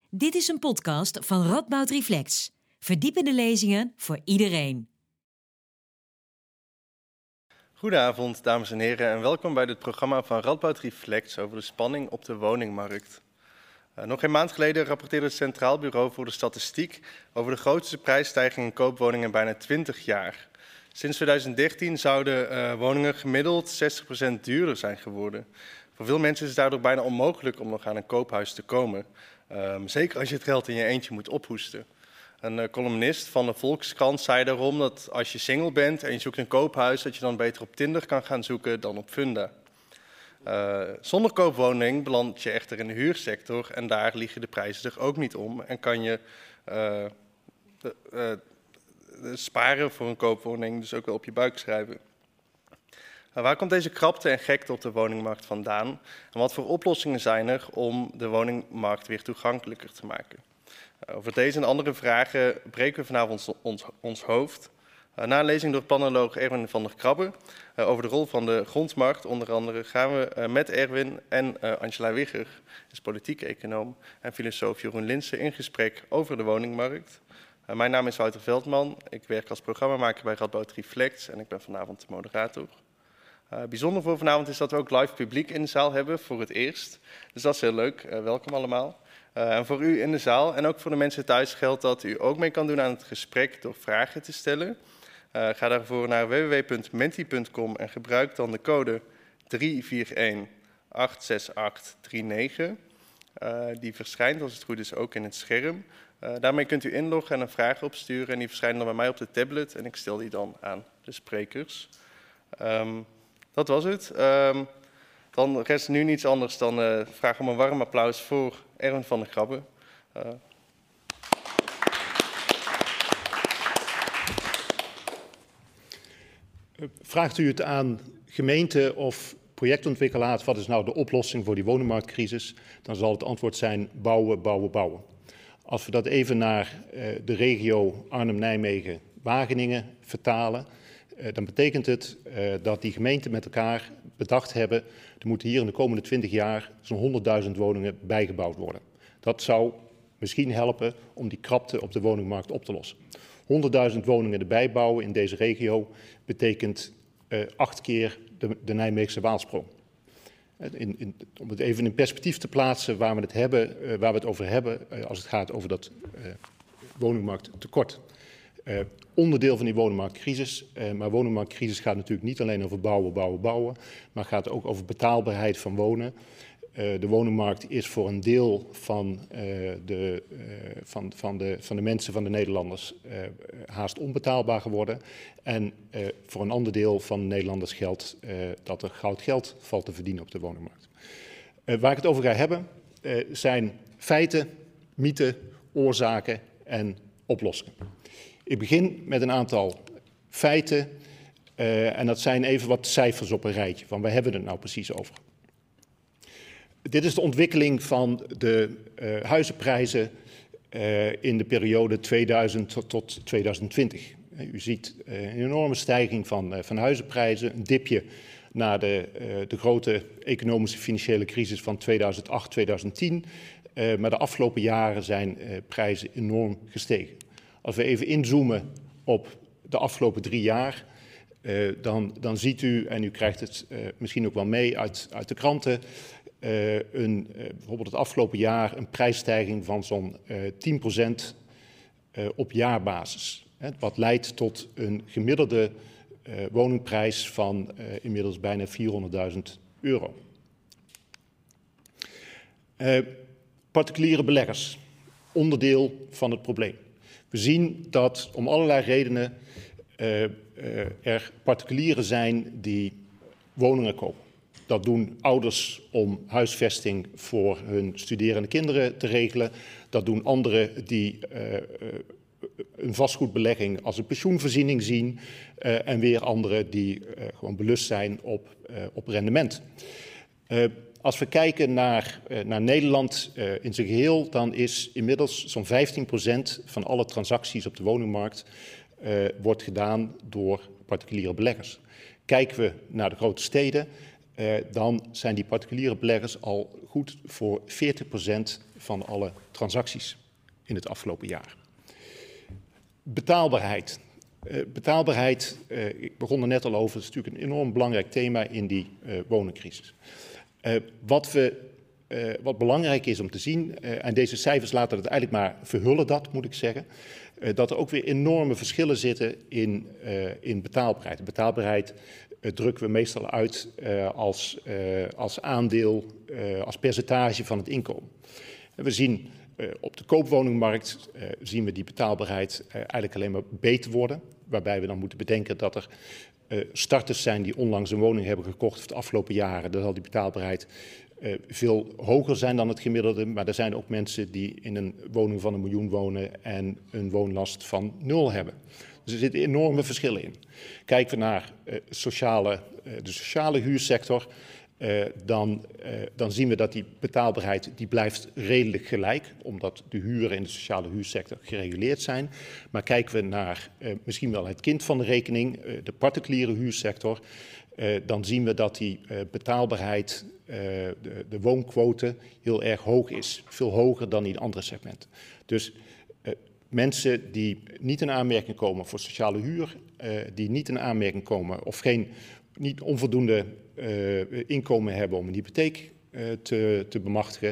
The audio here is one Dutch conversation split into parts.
Dit is een podcast van Radboud Reflex. Verdiepende lezingen voor iedereen. Goedenavond, dames en heren, en welkom bij dit programma van Radboud Reflex over de spanning op de woningmarkt. Nog een maand geleden rapporteerde het Centraal Bureau voor de Statistiek over de grootste prijsstijging in koopwoningen in bijna 20 jaar. Sinds 2013 zouden woningen gemiddeld 60% duurder zijn geworden. Voor veel mensen is het daardoor bijna onmogelijk om nog aan een koophuis te komen. Zeker als je het geld in je eentje moet ophoesten. Een columnist van de Volkskrant zei daarom dat als je single bent en je zoekt een koophuis, dat je dan beter op Tinder kan gaan zoeken dan op Funda. Zonder koopwoning beland je echter in de huursector en daar liegen de prijzen zich ook niet om. En kan je sparen voor een koopwoning dus ook wel op je buik schrijven. Waar komt deze krapte en gekte op de woningmarkt vandaan? En wat voor oplossingen zijn er om de woningmarkt weer toegankelijker te maken? Over deze en andere vragen breken we vanavond ons hoofd. Na een lezing door paneloog Erwin van der Krabbe over de rol van de grondmarkt, onder andere, gaan we met Erwin en Angela Wigger, is politiek econoom, en filosoof Jeroen Linssen in gesprek over de woningmarkt. Mijn naam is Wouter Veldman, ik werk als programmamaker bij Radboud Reflex en ik ben vanavond de moderator. Bijzonder voor vanavond is dat we ook live publiek in de zaal hebben voor het eerst. Dus dat is heel leuk. Welkom allemaal. En voor u in de zaal en ook voor de mensen thuis geldt dat u ook mee kan doen aan het gesprek door vragen te stellen. Ga daarvoor naar www.menti.com en gebruik dan de code 341-86839. Die verschijnt als het goed is ook in het scherm. Daarmee kunt u inloggen en een vraag opsturen en die verschijnen dan bij mij op de tablet en ik stel die dan aan de sprekers. Dat was het. Dan rest nu niets anders dan vraag om een warm applaus voor Erwin van der Krabbe. Vraagt u het aan gemeenten of projectontwikkelaars, wat is nou de oplossing voor die woningmarktcrisis? Dan zal het antwoord zijn bouwen, bouwen, bouwen. Als we dat even naar de regio Arnhem-Nijmegen-Wageningen vertalen, dan betekent het dat die gemeenten met elkaar bedacht hebben, er moeten hier in de komende 20 jaar zo'n 100.000 woningen bijgebouwd worden. Dat zou misschien helpen om die krapte op de woningmarkt op te lossen. 100.000 woningen erbij bouwen in deze regio betekent 8 keer de Nijmeegse Waalsprong. Om het even in perspectief te plaatsen waar we het over hebben als het gaat over dat woningmarkttekort. Onderdeel van die woningmarktcrisis, maar woningmarktcrisis gaat natuurlijk niet alleen over bouwen, bouwen, bouwen, maar gaat ook over betaalbaarheid van wonen. De woningmarkt is voor een deel van de mensen, van de Nederlanders, haast onbetaalbaar geworden. En voor een ander deel van de Nederlanders geldt dat er goud geld valt te verdienen op de woningmarkt. Waar ik het over ga hebben zijn feiten, mythen, oorzaken en oplossingen. Ik begin met een aantal feiten en dat zijn even wat cijfers op een rijtje. Van waar hebben we het nou precies over? Dit is de ontwikkeling van de huizenprijzen in de periode 2000 tot 2020. U ziet een enorme stijging van huizenprijzen, een dipje na de grote economische financiële crisis van 2008, 2010. Maar de afgelopen jaren zijn prijzen enorm gestegen. Als we even inzoomen op de afgelopen 3 jaar, dan ziet u, en u krijgt het misschien ook wel mee uit de kranten, bijvoorbeeld het afgelopen jaar een prijsstijging van zo'n 10% op jaarbasis. Wat leidt tot een gemiddelde woningprijs van inmiddels bijna €400.000. Particuliere beleggers, onderdeel van het probleem. We zien dat om allerlei redenen er particulieren zijn die woningen kopen. Dat doen ouders om huisvesting voor hun studerende kinderen te regelen. Dat doen anderen die een vastgoedbelegging als een pensioenvoorziening zien. En weer anderen die gewoon belust zijn op rendement. Als we kijken naar Nederland in zijn geheel, dan is inmiddels zo'n 15% van alle transacties op de woningmarkt wordt gedaan door particuliere beleggers. Kijken we naar de grote steden, dan zijn die particuliere beleggers al goed voor 40% van alle transacties in het afgelopen jaar. Betaalbaarheid. Betaalbaarheid, ik begon er net al over, is natuurlijk een enorm belangrijk thema in die woningcrisis. Wat belangrijk is om te zien, en deze cijfers laten het eigenlijk maar verhullen dat, moet ik zeggen, dat er ook weer enorme verschillen zitten in betaalbaarheid. De betaalbaarheid drukken we meestal uit als aandeel, als percentage van het inkomen. En we zien op de koopwoningmarkt zien we die betaalbaarheid eigenlijk alleen maar beter worden. Waarbij we dan moeten bedenken dat er starters zijn die onlangs een woning hebben gekocht de afgelopen jaren. Dan zal die betaalbaarheid veel hoger zijn dan het gemiddelde. Maar er zijn ook mensen die in een woning van 1 miljoen wonen en een woonlast van 0 hebben. Dus er zitten enorme verschillen in. Kijken we naar de sociale huursector, dan zien we dat die betaalbaarheid die blijft redelijk gelijk, omdat de huren in de sociale huursector gereguleerd zijn. Maar kijken we naar misschien wel het kind van de rekening, de particuliere huursector, dan zien we dat die betaalbaarheid, de woonquote, heel erg hoog is. Veel hoger dan in andere segmenten. Dus mensen die niet in aanmerking komen voor sociale huur, die niet in aanmerking komen of niet onvoldoende inkomen hebben om een hypotheek te bemachtigen,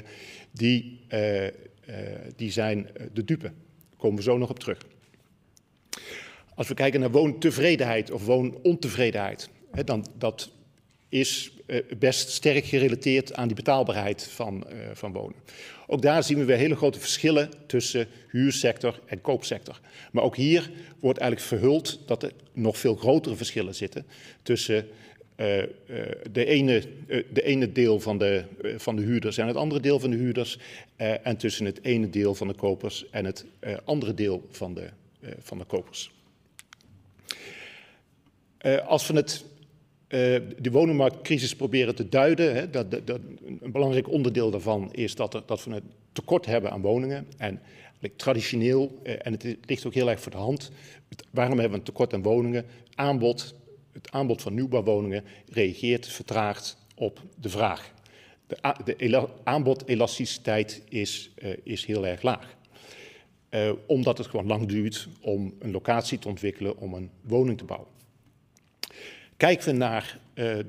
die zijn de dupe. Daar komen we zo nog op terug. Als we kijken naar woontevredenheid of woonontevredenheid, dat is best sterk gerelateerd aan die betaalbaarheid van wonen. Ook daar zien we weer hele grote verschillen tussen huursector en koopsector. Maar ook hier wordt eigenlijk verhuld dat er nog veel grotere verschillen zitten tussen de ene deel van de huurders en het andere deel van de huurders en tussen het ene deel van de kopers en het andere deel van de kopers. Als we de woningmarktcrisis proberen te duiden, een belangrijk onderdeel daarvan is dat we een tekort hebben aan woningen. En traditioneel, en het ligt ook heel erg voor de hand, waarom hebben we een tekort aan woningen? Het aanbod van nieuwbouwwoningen reageert vertraagd op de vraag. De aanbodelasticiteit is heel erg laag. Omdat het gewoon lang duurt om een locatie te ontwikkelen, om een woning te bouwen. Kijken we naar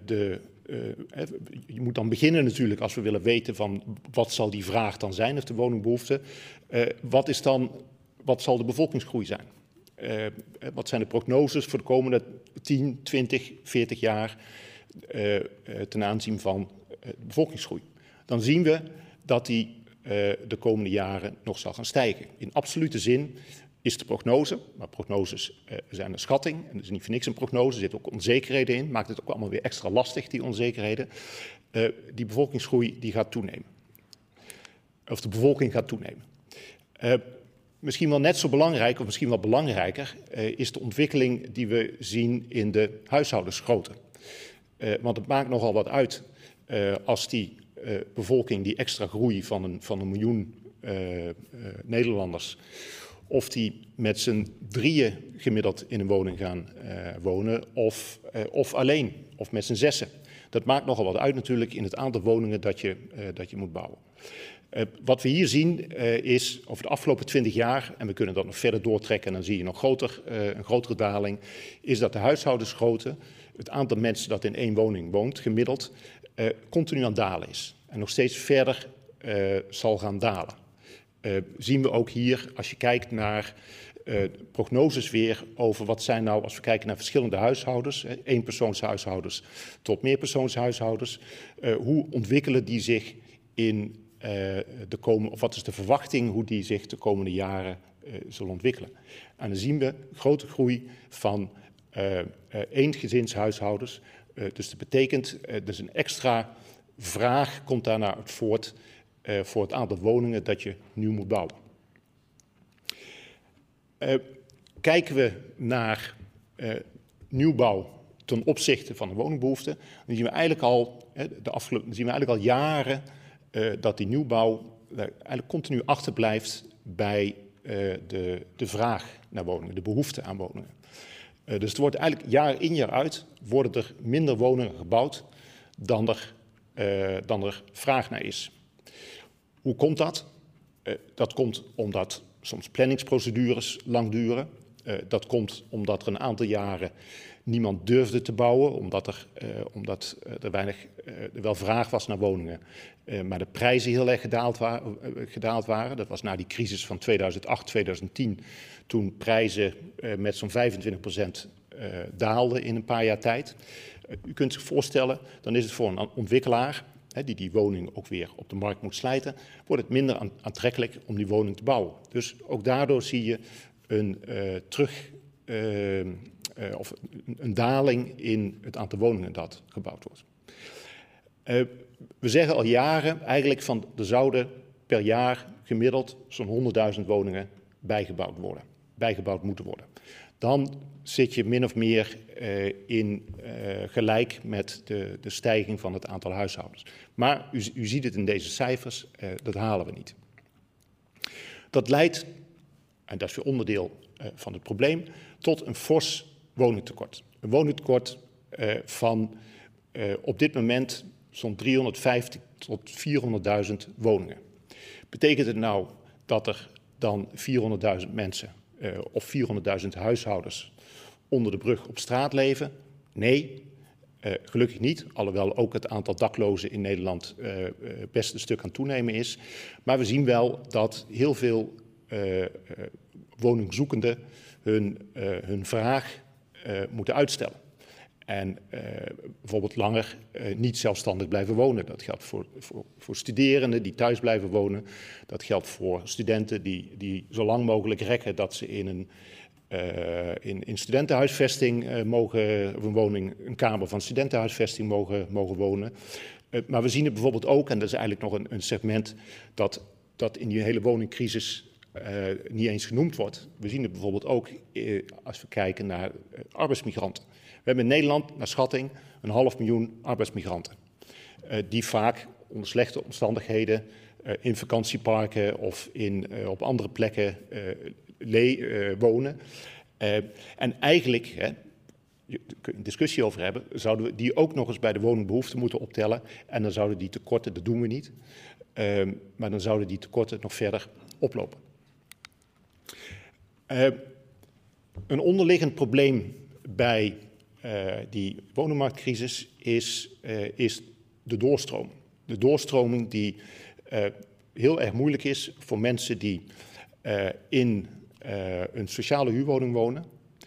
je moet dan beginnen natuurlijk als we willen weten van wat zal die vraag dan zijn of de woningbehoefte. Wat zal de bevolkingsgroei zijn? Wat zijn de prognoses voor de komende 10, 20, 40 jaar ten aanzien van de bevolkingsgroei? Dan zien we dat die de komende jaren nog zal gaan stijgen. In absolute zin is de prognose, maar prognoses zijn een schatting. En dat is niet voor niks een prognose, er zitten ook onzekerheden in. Maakt het ook allemaal weer extra lastig, die onzekerheden. Die bevolkingsgroei die gaat toenemen. Of de bevolking gaat toenemen. Misschien wel net zo belangrijk, of misschien wel belangrijker, is de ontwikkeling die we zien in de huishoudensgrootte. Want het maakt nogal wat uit als die bevolking, die extra groei van een miljoen Nederlanders, of die met z'n drieën gemiddeld in een woning gaan wonen, of alleen, of met z'n zessen. Dat maakt nogal wat uit natuurlijk in het aantal woningen dat je moet bouwen. Wat we hier zien is over de afgelopen 20 jaar, en we kunnen dat nog verder doortrekken en dan zie je nog een grotere daling, is dat de huishoudensgrootte, het aantal mensen dat in één woning woont, gemiddeld, continu aan het dalen is. En nog steeds verder zal gaan dalen. Zien we ook hier, als je kijkt naar prognoses weer over wat zijn nou, als we kijken naar verschillende huishoudens, eenpersoonshuishoudens tot meerpersoonshuishoudens, hoe ontwikkelen die zich in of wat is de verwachting hoe die zich de komende jaren zullen ontwikkelen. En dan zien we grote groei van eengezinshuishoudens. Dus dat betekent, dus een extra vraag komt daarna uit voort voor het aantal woningen dat je nu moet bouwen. Kijken we naar nieuwbouw ten opzichte van de woningbehoefte, dan zien we eigenlijk al jaren dat die nieuwbouw eigenlijk continu achterblijft bij de vraag naar woningen, de behoefte aan woningen. Dus het wordt eigenlijk jaar in jaar uit worden er minder woningen gebouwd dan er vraag naar is. Hoe komt dat? Dat komt omdat soms planningsprocedures lang duren. Dat komt omdat er een aantal jaren niemand durfde te bouwen, omdat er wel vraag was naar woningen, maar de prijzen heel erg gedaald waren. Dat was na die crisis van 2008, 2010, toen prijzen met zo'n 25% daalden in een paar jaar tijd. U kunt zich voorstellen, dan is het voor een ontwikkelaar die die woning ook weer op de markt moet slijten, wordt het minder aantrekkelijk om die woning te bouwen. Dus ook daardoor zie je een daling in het aantal woningen dat gebouwd wordt. We zeggen al jaren eigenlijk van er zouden per jaar gemiddeld zo'n 100.000 woningen bijgebouwd moeten worden. Dan zit je min of meer gelijk met de stijging van het aantal huishoudens. Maar u ziet het in deze cijfers, dat halen we niet. Dat leidt, en dat is weer onderdeel van het probleem, tot een fors woningtekort. Een woningtekort van op dit moment zo'n 350 tot 400.000 woningen. Betekent het nou dat er dan 400.000 mensen of 400.000 huishoudens onder de brug op straat leven? Nee, gelukkig niet. Alhoewel ook het aantal daklozen in Nederland best een stuk aan het toenemen is. Maar we zien wel dat heel veel woningzoekenden hun vraag moeten uitstellen. En bijvoorbeeld langer niet zelfstandig blijven wonen. Dat geldt voor studerenden die thuis blijven wonen. Dat geldt voor studenten die zo lang mogelijk rekken dat ze in studentenhuisvesting mogen, of een kamer van studentenhuisvesting mogen wonen. Maar we zien het bijvoorbeeld ook, en dat is eigenlijk nog een segment dat in die hele woningcrisis niet eens genoemd wordt. We zien het bijvoorbeeld ook als we kijken naar arbeidsmigranten. We hebben in Nederland, naar schatting, 500.000 arbeidsmigranten. Die vaak onder slechte omstandigheden in vakantieparken of op andere plekken wonen. En eigenlijk, je kunt een discussie over hebben, zouden we die ook nog eens bij de woningbehoefte moeten optellen. En dan zouden die tekorten, dat doen we niet, maar dan zouden die tekorten nog verder oplopen. Een onderliggend probleem bij die woningmarktcrisis is de doorstroming. De doorstroming die heel erg moeilijk is voor mensen die in een sociale huurwoning wonen.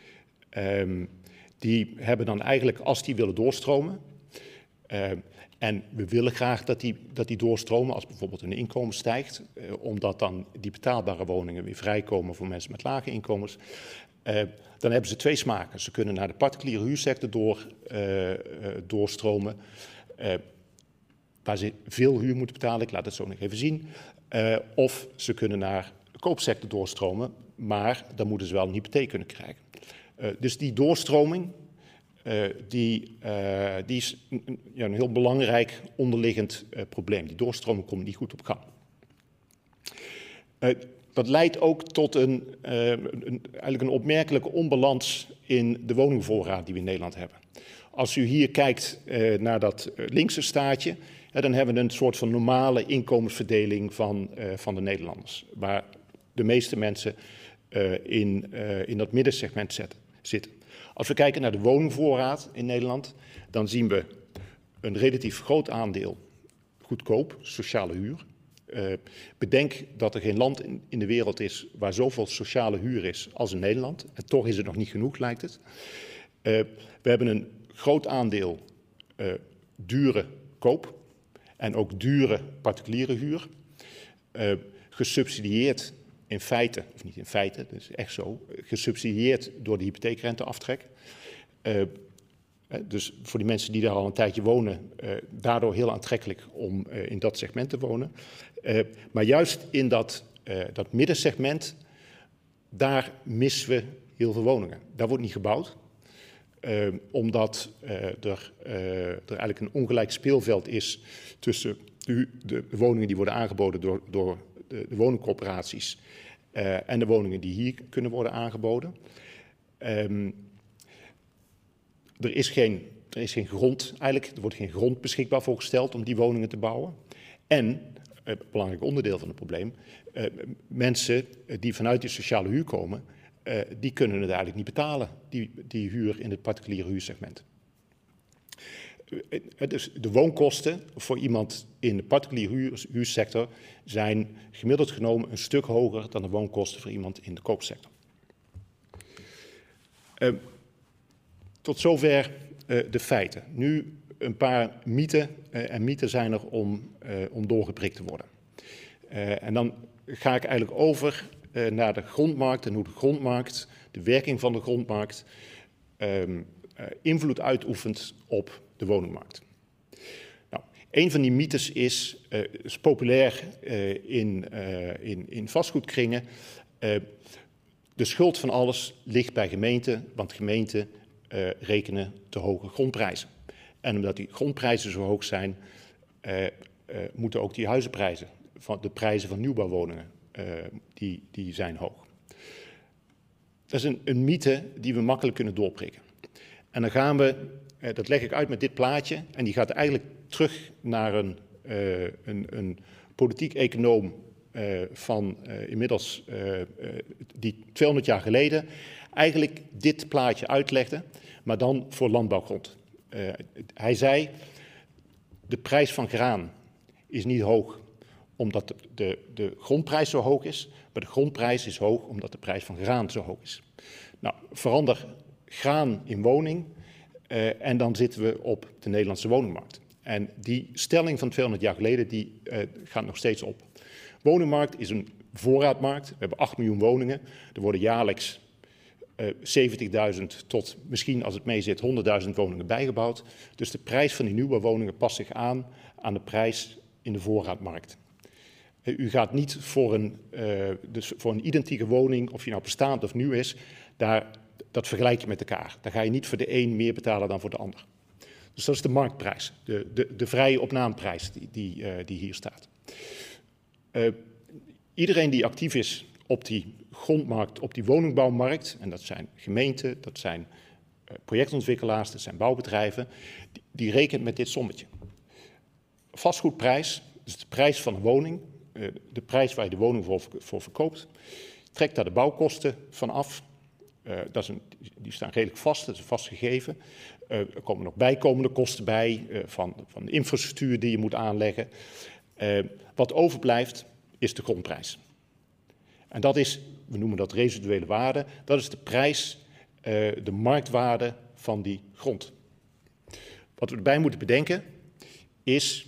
Die hebben dan eigenlijk, als die willen doorstromen, en we willen graag dat die doorstromen als bijvoorbeeld hun inkomen stijgt, omdat dan die betaalbare woningen weer vrijkomen voor mensen met lage inkomens. Dan hebben ze twee smaken. Ze kunnen naar de particuliere huursector doorstromen, waar ze veel huur moeten betalen. Ik laat het zo nog even zien. Of ze kunnen naar de koopsector doorstromen, maar dan moeten ze wel een hypotheek kunnen krijgen. Dus die doorstroming, die is een heel belangrijk onderliggend probleem. Die doorstroming komt niet goed op gang. Dat leidt ook tot eigenlijk een opmerkelijke onbalans in de woningvoorraad die we in Nederland hebben. Als u hier kijkt naar dat linkse staartje, dan hebben we een soort van normale inkomensverdeling van de Nederlanders. Waar de meeste mensen in dat middensegment zitten. Als we kijken naar de woningvoorraad in Nederland, dan zien we een relatief groot aandeel goedkoop, sociale huur. Bedenk dat er geen land in de wereld is waar zoveel sociale huur is als in Nederland. En toch is het nog niet genoeg, lijkt het. We hebben een groot aandeel dure koop en ook dure particuliere huur. Gesubsidieerd in feite, of niet in feite, dat is echt zo, gesubsidieerd door de hypotheekrenteaftrek. Dus voor die mensen die daar al een tijdje wonen, daardoor heel aantrekkelijk om in dat segment te wonen. Maar juist in dat middensegment, daar missen we heel veel woningen. Daar wordt niet gebouwd, omdat er eigenlijk een ongelijk speelveld is tussen de woningen die worden aangeboden door de woningcorporaties en de woningen die hier kunnen worden aangeboden. Er is geen er is geen grond, eigenlijk, er wordt geen grond beschikbaar voor gesteld om die woningen te bouwen. En, een belangrijk onderdeel van het probleem, mensen die vanuit die sociale huur komen, die kunnen het eigenlijk niet betalen, die huur in het particuliere huursegment. Dus de woonkosten voor iemand in de particuliere huursector zijn gemiddeld genomen een stuk hoger dan de woonkosten voor iemand in de koopsector. Tot zover de feiten. Nu een paar mythen, en mythen zijn er om doorgeprikt te worden. En dan ga ik eigenlijk over naar de grondmarkt en hoe de grondmarkt, de werking van de grondmarkt, invloed uitoefent op de woningmarkt. Nou, een van die mythes is populair in vastgoedkringen. De schuld van alles ligt bij gemeenten, want gemeenten rekenen te hoge grondprijzen. En omdat die grondprijzen zo hoog zijn, moeten ook die huizenprijzen, de prijzen van nieuwbouwwoningen, die zijn hoog. Dat is een mythe die we makkelijk kunnen doorprikken. En dan gaan we, dat leg ik uit met dit plaatje, en die gaat eigenlijk terug naar een politiek econoom van inmiddels die 200 jaar geleden eigenlijk dit plaatje uitlegde, maar dan voor landbouwgrond. Hij zei, de prijs van graan is niet hoog omdat de grondprijs zo hoog is, maar de grondprijs is hoog omdat de prijs van graan zo hoog is. Nou, verander graan in woning en dan zitten we op de Nederlandse woningmarkt. En die stelling van 200 jaar geleden, die gaat nog steeds op. Woningmarkt is een voorraadmarkt. We hebben 8 miljoen woningen. Er worden jaarlijks 70.000 tot misschien, als het mee zit, 100.000 woningen bijgebouwd. Dus de prijs van die nieuwbouwwoningen past zich aan de prijs in de voorraadmarkt. U gaat niet voor een identieke woning, of die nou bestaand of nieuw is, dat vergelijk je met elkaar. Daar ga je niet voor de een meer betalen dan voor de ander. Dus dat is de marktprijs, de vrije opnaamprijs die hier staat. Iedereen die actief is op die grondmarkt, op die woningbouwmarkt, en dat zijn gemeenten, dat zijn projectontwikkelaars, dat zijn bouwbedrijven, die rekent met dit sommetje. Vastgoedprijs, dus de prijs van een woning, de prijs waar je de woning voor verkoopt, trekt daar de bouwkosten van af. Die staan redelijk vast, dat is een vast gegeven. Er komen nog bijkomende kosten bij van de infrastructuur die je moet aanleggen. Wat overblijft is de grondprijs. En dat is, we noemen dat residuele waarde, dat is de prijs, de marktwaarde van die grond. Wat we erbij moeten bedenken is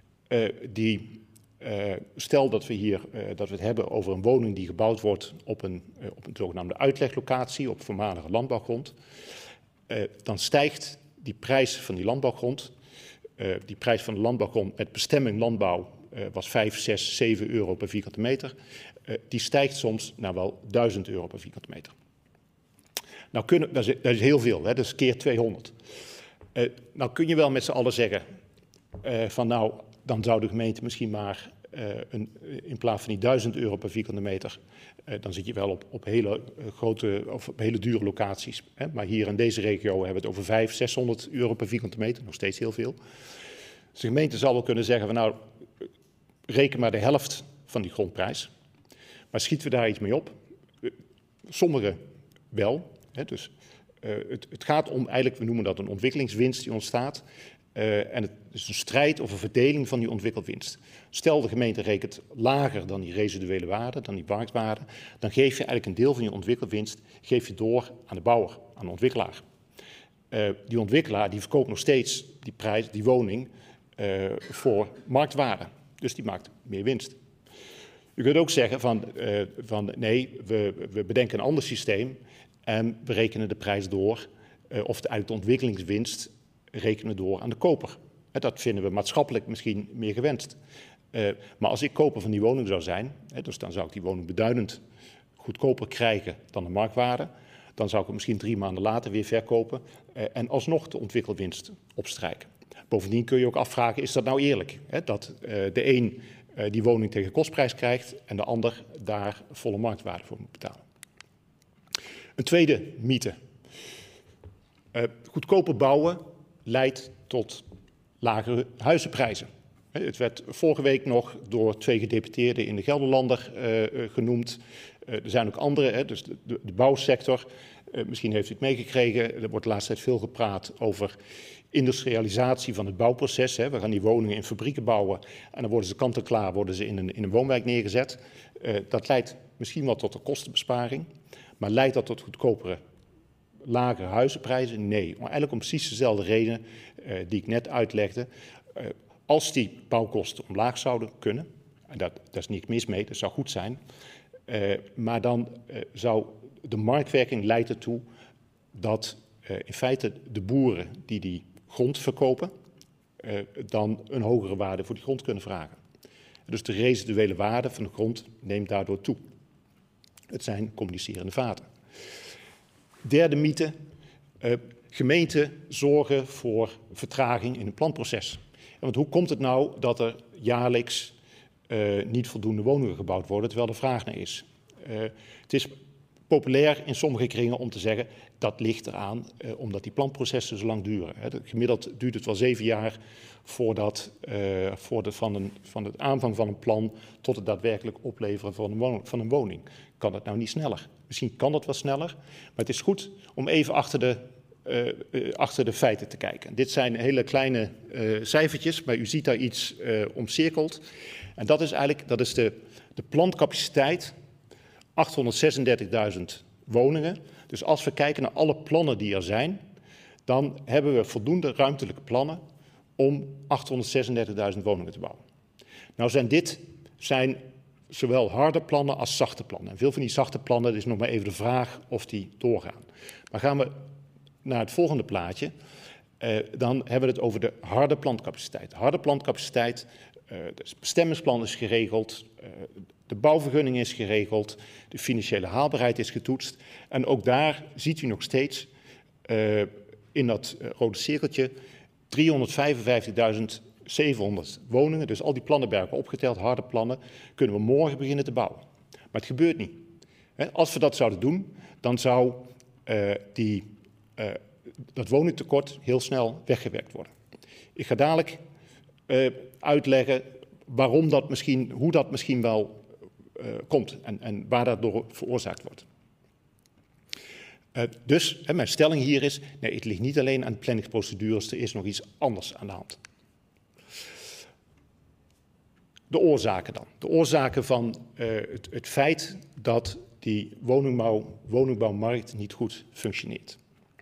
stel dat we het hebben over een woning die gebouwd wordt op een zogenaamde uitleglocatie, op voormalige landbouwgrond. Dan stijgt die prijs van die landbouwgrond. Die prijs van de landbouwgrond met bestemming landbouw was 5, 6, 7 euro per vierkante meter. Die stijgt soms naar wel 1000 euro per vierkante meter. Nou dat is heel veel, hè? Dat is keer 200. Nou kun je wel met z'n allen zeggen van nou, dan zou de gemeente misschien maar in plaats van die 1000 euro per vierkante meter, dan zit je wel op hele grote of op hele dure locaties. Hè? Maar hier in deze regio hebben we het over 500, 600 euro per vierkante meter, nog steeds heel veel. Dus de gemeente zal wel kunnen zeggen van nou, reken maar de helft van die grondprijs. Maar schieten we daar iets mee op? Sommigen wel. Hè? Dus het gaat om, eigenlijk, we noemen dat een ontwikkelingswinst die ontstaat. En het is een strijd over verdeling van die ontwikkelwinst. Stel de gemeente rekent lager dan die residuele waarde, dan die marktwaarde, dan geef je eigenlijk een deel van je ontwikkelwinst door aan de bouwer, aan de ontwikkelaar. Die ontwikkelaar die verkoopt nog steeds die woning voor marktwaarde. Dus die maakt meer winst. U kunt ook zeggen van nee, we bedenken een ander systeem en we rekenen de prijs door, of eigenlijk de ontwikkelingswinst rekenen door aan de koper. Dat vinden we maatschappelijk misschien meer gewenst. Maar als ik koper van die woning zou zijn, dus dan zou ik die woning beduidend goedkoper krijgen dan de marktwaarde. Dan zou ik het misschien 3 maanden later weer verkopen en alsnog de ontwikkelwinst opstrijken. Bovendien kun je ook afvragen, is dat nou eerlijk? Dat de een die woning tegen kostprijs krijgt en de ander daar volle marktwaarde voor moet betalen. Een tweede mythe. Goedkoper bouwen leidt tot lagere huizenprijzen. Het werd vorige week nog door 2 gedeputeerden in de Gelderlander genoemd. Er zijn ook andere, dus de bouwsector. Misschien heeft u het meegekregen, er wordt de laatste tijd veel gepraat over industrialisatie van het bouwproces. We gaan die woningen in fabrieken bouwen en dan worden ze kant en klaar worden ze in een woonwijk neergezet. Dat leidt misschien wel tot een kostenbesparing, maar leidt dat tot goedkopere, lagere huizenprijzen? Nee, maar eigenlijk om precies dezelfde redenen die ik net uitlegde. Als die bouwkosten omlaag zouden kunnen, en daar is niks mis mee, dat zou goed zijn, maar dan zou de marktwerking leiden ertoe dat in feite de boeren die grond verkopen, dan een hogere waarde voor die grond kunnen vragen. Dus de residuele waarde van de grond neemt daardoor toe. Het zijn communicerende vaten. Derde mythe, gemeenten zorgen voor vertraging in het planproces. Want hoe komt het nou dat er jaarlijks niet voldoende woningen gebouwd worden, terwijl er vraag naar is? Het is populair in sommige kringen om te zeggen dat ligt eraan omdat die planprocessen zo lang duren. Gemiddeld duurt het wel 7 jaar voordat van het aanvang van een plan tot het daadwerkelijk opleveren van een woning. Kan dat nou niet sneller? Misschien kan dat wel sneller, maar het is goed om even achter de feiten te kijken. Dit zijn hele kleine cijfertjes, maar u ziet daar iets omcirkeld. En dat is eigenlijk de plantcapaciteit, 836.000 woningen. Dus als we kijken naar alle plannen die er zijn, dan hebben we voldoende ruimtelijke plannen om 836.000 woningen te bouwen. Nou dit zijn zowel harde plannen als zachte plannen. En veel van die zachte plannen, is nog maar even de vraag of die doorgaan. Maar gaan we naar het volgende plaatje, dan hebben we het over de harde plantcapaciteit. Harde plantcapaciteit, het bestemmingsplan is geregeld, de bouwvergunning is geregeld, de financiële haalbaarheid is getoetst. En ook daar ziet u nog steeds in dat rode cirkeltje 355.700 woningen. Dus al die plannen bij elkaar opgeteld, harde plannen, kunnen we morgen beginnen te bouwen. Maar het gebeurt niet. Als we dat zouden doen, dan zou dat woningtekort heel snel weggewerkt worden. Ik ga dadelijk uitleggen hoe dat misschien wel komt en waar dat door veroorzaakt wordt. Dus mijn stelling hier is, nee, het ligt niet alleen aan de planningsprocedures, er is nog iets anders aan de hand. De oorzaken dan. De oorzaken van het feit dat die woningbouwmarkt niet goed functioneert.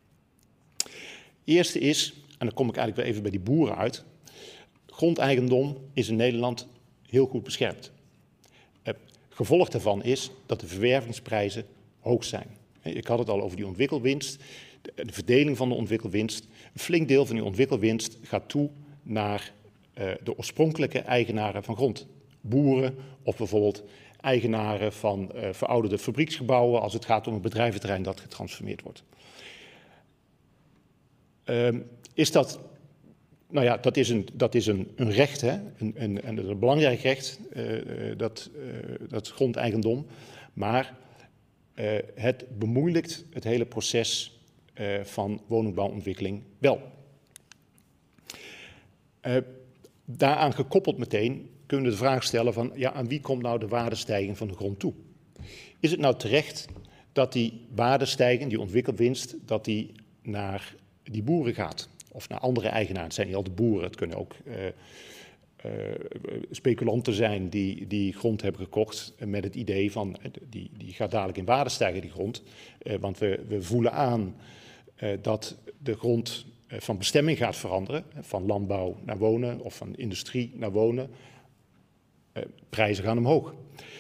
Eerste is, en dan kom ik eigenlijk weer even bij die boeren uit, grondeigendom is in Nederland heel goed beschermd. Gevolg daarvan is dat de verwervingsprijzen hoog zijn. Ik had het al over die ontwikkelwinst, de verdeling van de ontwikkelwinst. Een flink deel van die ontwikkelwinst gaat toe naar de oorspronkelijke eigenaren van grond. Boeren of bijvoorbeeld eigenaren van verouderde fabrieksgebouwen als het gaat om een bedrijventerrein dat getransformeerd wordt. Dat is een recht, hè? Een belangrijk recht, dat grondeigendom. Maar het bemoeilijkt het hele proces van woningbouwontwikkeling wel. Daaraan gekoppeld meteen kunnen we de vraag stellen van, ja, aan wie komt nou de waardestijging van de grond toe? Is het nou terecht dat die waardestijging, die ontwikkelwinst, dat die naar die boeren gaat? Of naar andere eigenaren? Het zijn niet al de boeren, het kunnen ook speculanten zijn die grond hebben gekocht met het idee van, die gaat dadelijk in waarde stijgen, die grond. Want we voelen aan dat de grond van bestemming gaat veranderen, van landbouw naar wonen of van industrie naar wonen. Prijzen gaan omhoog.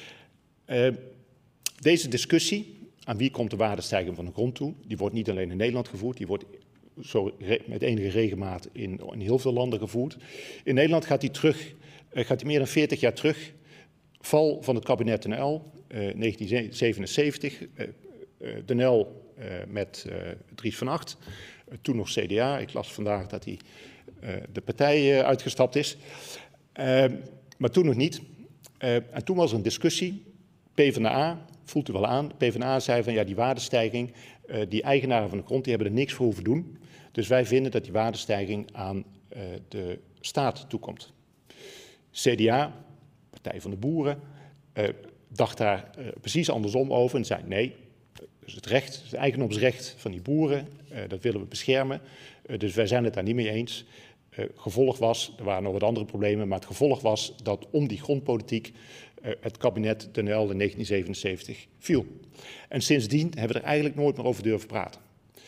Deze discussie, aan wie komt de waardestijging van de grond toe, die wordt niet alleen in Nederland gevoerd, die wordt met enige regelmaat in heel veel landen gevoerd. In Nederland gaat die meer dan 40 jaar terug. Val van het kabinet Den Uyl, 1977. Den Uyl met Dries van Agt, toen nog CDA. Ik las vandaag dat hij de partij uitgestapt is. Maar toen nog niet. En toen was er een discussie. PvdA, voelt u wel aan, PvdA zei van ja, die waardestijging, die eigenaren van de grond, die hebben er niks voor hoeven doen. Dus wij vinden dat die waardestijging aan de staat toekomt. CDA, Partij van de Boeren, dacht daar precies andersom over en zei nee, dus het eigendomsrecht van die boeren, dat willen we beschermen. Dus wij zijn het daar niet mee eens. Gevolg was, er waren nog wat andere problemen, maar het gevolg was dat om die grondpolitiek het kabinet Den Uyl in 1977 viel. En sindsdien hebben we er eigenlijk nooit meer over durven praten.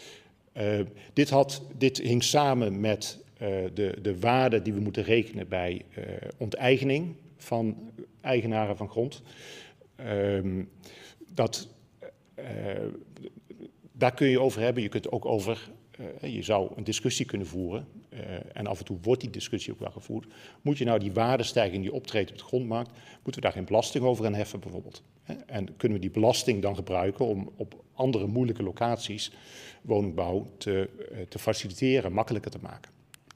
Dit hing samen met de waarde die we moeten rekenen bij onteigening van eigenaren van grond. Daar kun je over hebben. Je kunt ook over, je zou een discussie kunnen voeren. En af en toe wordt die discussie ook wel gevoerd. Moet je nou die waardestijging die optreedt op de grondmarkt, moeten we daar geen belasting over gaan heffen bijvoorbeeld? En kunnen we die belasting dan gebruiken om op andere moeilijke locaties woningbouw te faciliteren, makkelijker te maken?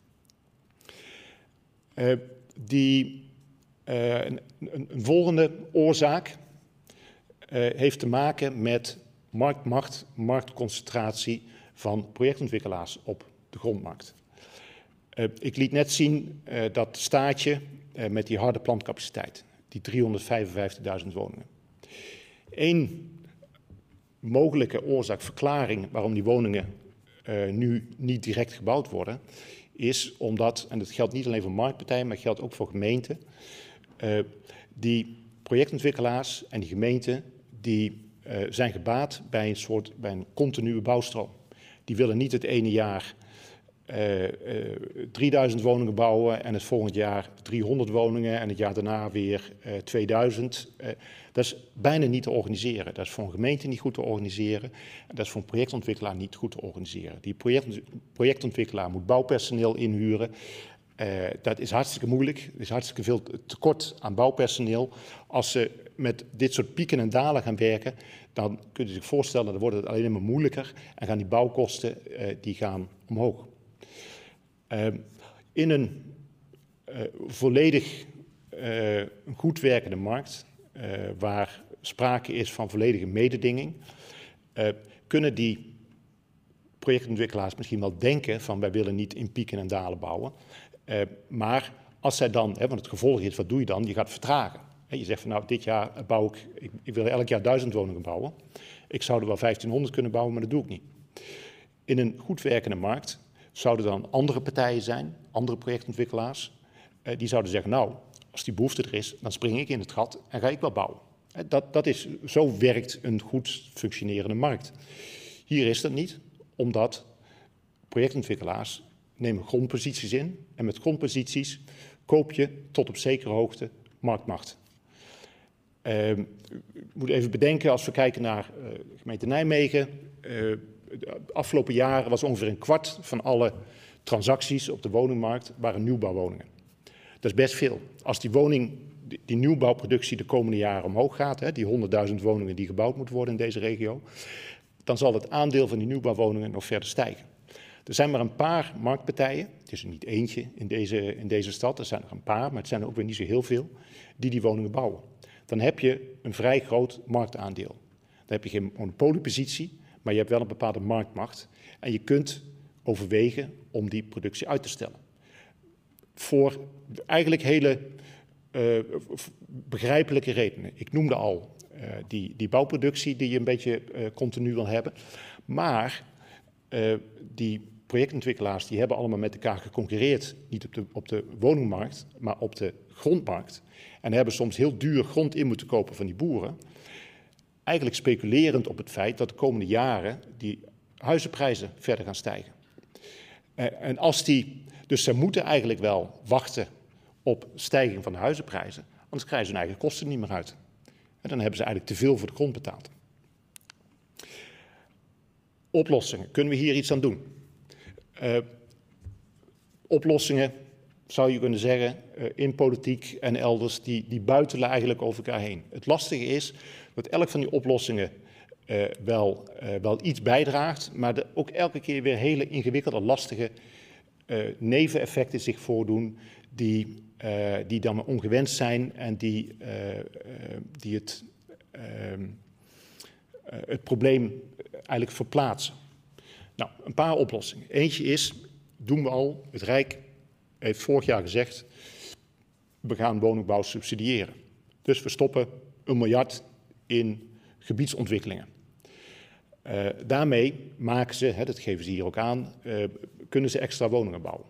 Een volgende oorzaak heeft te maken met marktmacht, marktconcentratie van projectontwikkelaars op de grondmarkt. Ik liet net zien dat staartje met die harde plantcapaciteit, die 355.000 woningen. Eén mogelijke oorzaak, verklaring waarom die woningen nu niet direct gebouwd worden, is omdat, en dat geldt niet alleen voor marktpartijen, maar geldt ook voor gemeenten, die projectontwikkelaars en die gemeenten die zijn gebaat bij een continue bouwstroom. Die willen niet het ene jaar 3000 woningen bouwen en het volgend jaar 300 woningen en het jaar daarna weer 2000. Dat is bijna niet te organiseren. Dat is voor een gemeente niet goed te organiseren. En dat is voor een projectontwikkelaar niet goed te organiseren. Die projectontwikkelaar moet bouwpersoneel inhuren. Dat is hartstikke moeilijk. Er is hartstikke veel tekort aan bouwpersoneel. Als ze met dit soort pieken en dalen gaan werken, dan kun je zich voorstellen, dan wordt het alleen maar moeilijker en gaan die bouwkosten die gaan omhoog. In een volledig goed werkende markt, waar sprake is van volledige mededinging, kunnen die projectontwikkelaars misschien wel denken van wij willen niet in pieken en dalen bouwen. Maar als zij dan, want het gevolg is, wat doe je dan? Je gaat vertragen. Je zegt van nou, dit jaar bouw ik wil elk jaar 1000 woningen bouwen. Ik zou er wel 1500 kunnen bouwen, maar dat doe ik niet. In een goed werkende markt zouden dan andere partijen zijn, andere projectontwikkelaars, die zouden zeggen nou, als die behoefte er is, dan spring ik in het gat en ga ik wel bouwen. Zo werkt een goed functionerende markt. Hier is dat niet, omdat projectontwikkelaars nemen grondposities in en met grondposities koop je tot op zekere hoogte marktmacht. Je moet even bedenken, als we kijken naar de gemeente Nijmegen, de afgelopen jaren was ongeveer een kwart van alle transacties op de woningmarkt waren nieuwbouwwoningen. Dat is best veel. Als die nieuwbouwproductie de komende jaren omhoog gaat, die 100.000 woningen die gebouwd moeten worden in deze regio, dan zal het aandeel van die nieuwbouwwoningen nog verder stijgen. Er zijn maar een paar marktpartijen, het is er niet eentje in deze stad, er zijn er een paar, maar het zijn er ook weer niet zo heel veel, die woningen bouwen. Dan heb je een vrij groot marktaandeel. Dan heb je geen monopoliepositie, maar je hebt wel een bepaalde marktmacht. En je kunt overwegen om die productie uit te stellen. Voor eigenlijk hele begrijpelijke redenen. Ik noemde al die bouwproductie die je een beetje continu wil hebben. Maar die projectontwikkelaars die hebben allemaal met elkaar geconcurreerd. Niet op de woningmarkt, maar op de grondmarkt. En hebben soms heel duur grond in moeten kopen van die boeren. Eigenlijk speculerend op het feit dat de komende jaren die huizenprijzen verder gaan stijgen. Dus ze moeten eigenlijk wel wachten op stijging van de huizenprijzen. Anders krijgen ze hun eigen kosten niet meer uit. En dan hebben ze eigenlijk te veel voor de grond betaald. Oplossingen. Kunnen we hier iets aan doen? Oplossingen, zou je kunnen zeggen, in politiek en elders, die buitelen eigenlijk over elkaar heen. Het lastige is dat elk van die oplossingen wel iets bijdraagt, maar ook elke keer weer hele ingewikkelde, lastige neveneffecten zich voordoen die dan ongewenst zijn en die het probleem eigenlijk verplaatsen. Nou, een paar oplossingen. Eentje is, doen we al, het Rijk heeft vorig jaar gezegd, we gaan woningbouw subsidiëren. Dus we stoppen 1 miljard in gebiedsontwikkelingen. Daarmee maken ze, dat geven ze hier ook aan, kunnen ze extra woningen bouwen.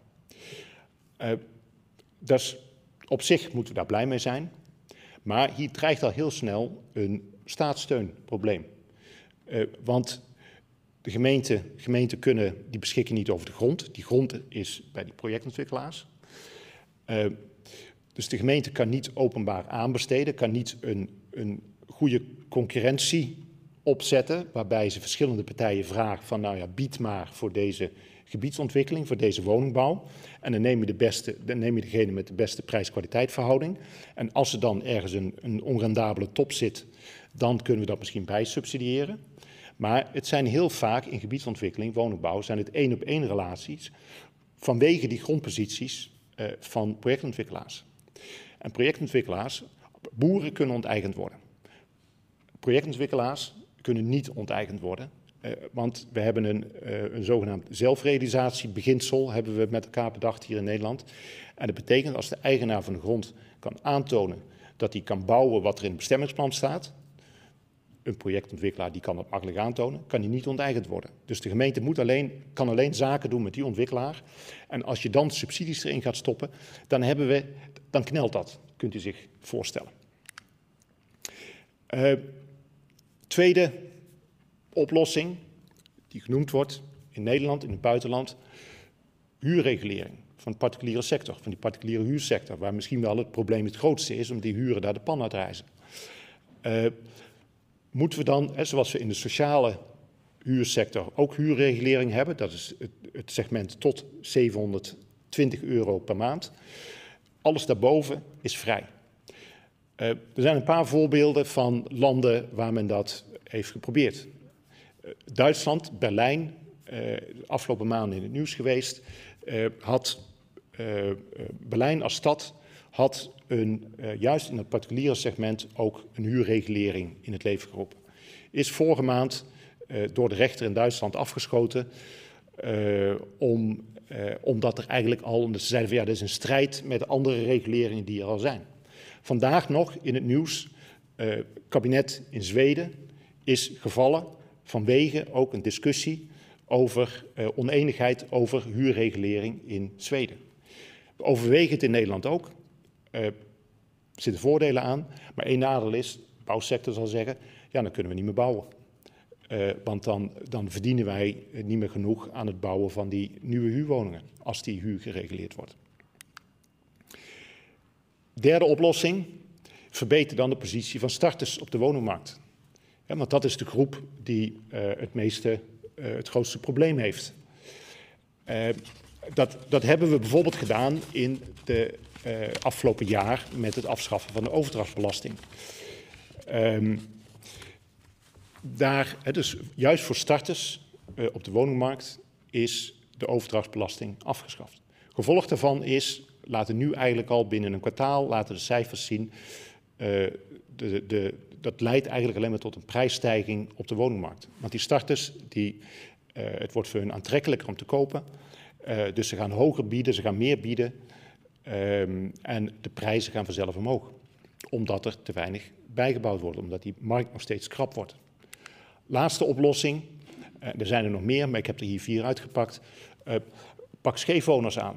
Dus op zich moeten we daar blij mee zijn. Maar hier dreigt al heel snel een staatssteunprobleem. Want de gemeenten die beschikken niet over de grond. Die grond is bij die projectontwikkelaars. Dus de gemeente kan niet openbaar aanbesteden, kan niet een goede concurrentie opzetten, waarbij ze verschillende partijen vragen van, nou ja, bied maar voor deze gebiedsontwikkeling, voor deze woningbouw. En dan neem je degene met de beste prijs-kwaliteit verhouding. En als er dan ergens een onrendabele top zit, dan kunnen we dat misschien bijsubsidiëren. Maar het zijn heel vaak in gebiedsontwikkeling, woningbouw, zijn het 1-op-1 relaties vanwege die grondposities van projectontwikkelaars. En projectontwikkelaars, boeren kunnen onteigend worden. Projectontwikkelaars kunnen niet onteigend worden, want we hebben een zogenaamd zelfrealisatiebeginsel hebben we met elkaar bedacht hier in Nederland. En dat betekent als de eigenaar van de grond kan aantonen dat hij kan bouwen wat er in het bestemmingsplan staat, een projectontwikkelaar die kan dat makkelijk aantonen, kan hij niet onteigend worden. Dus de gemeente kan alleen zaken doen met die ontwikkelaar. En als je dan subsidies erin gaat stoppen, dan knelt dat, kunt u zich voorstellen. Tweede oplossing die genoemd wordt in Nederland, in het buitenland, huurregulering van de particuliere sector, van die particuliere huursector, waar misschien wel het probleem het grootste is, omdat die huren daar de pan uit reizen. Moeten we dan, zoals we in de sociale huursector ook huurregulering hebben, dat is het segment tot €720 per maand, alles daarboven is vrij. Er zijn een paar voorbeelden van landen waar men dat heeft geprobeerd. Duitsland, Berlijn, de afgelopen maanden in het nieuws geweest, Berlijn als stad had juist in het particuliere segment ook een huurregulering in het leven geroepen. Is vorige maand door de rechter in Duitsland afgeschoten, omdat er eigenlijk omdat ze zeiden van ja, dat is een strijd met de andere reguleringen die er al zijn. Vandaag nog in het nieuws, kabinet in Zweden is gevallen vanwege ook een discussie over oneenigheid over huurregulering in Zweden. We overwegen het in Nederland ook. Er zitten voordelen aan, maar één nadeel is, de bouwsector zal zeggen, ja, dan kunnen we niet meer bouwen. Want dan verdienen wij niet meer genoeg aan het bouwen van die nieuwe huurwoningen, als die huur gereguleerd wordt. Derde oplossing, verbeter dan de positie van starters op de woningmarkt. Ja, want dat is de groep die het grootste probleem heeft. Dat hebben we bijvoorbeeld gedaan in de afgelopen jaar met het afschaffen van de overdrachtsbelasting. Dus juist voor starters op de woningmarkt is de overdrachtsbelasting afgeschaft. Gevolg daarvan is, laten nu eigenlijk al binnen een kwartaal, laten de cijfers zien, dat leidt eigenlijk alleen maar tot een prijsstijging op de woningmarkt. Want die starters, het wordt voor hun aantrekkelijker om te kopen, dus ze gaan hoger bieden, ze gaan meer bieden en de prijzen gaan vanzelf omhoog. Omdat er te weinig bijgebouwd wordt, omdat die markt nog steeds krap wordt. Laatste oplossing, er zijn er nog meer, maar ik heb er hier 4 uitgepakt. Pak scheefwoners aan.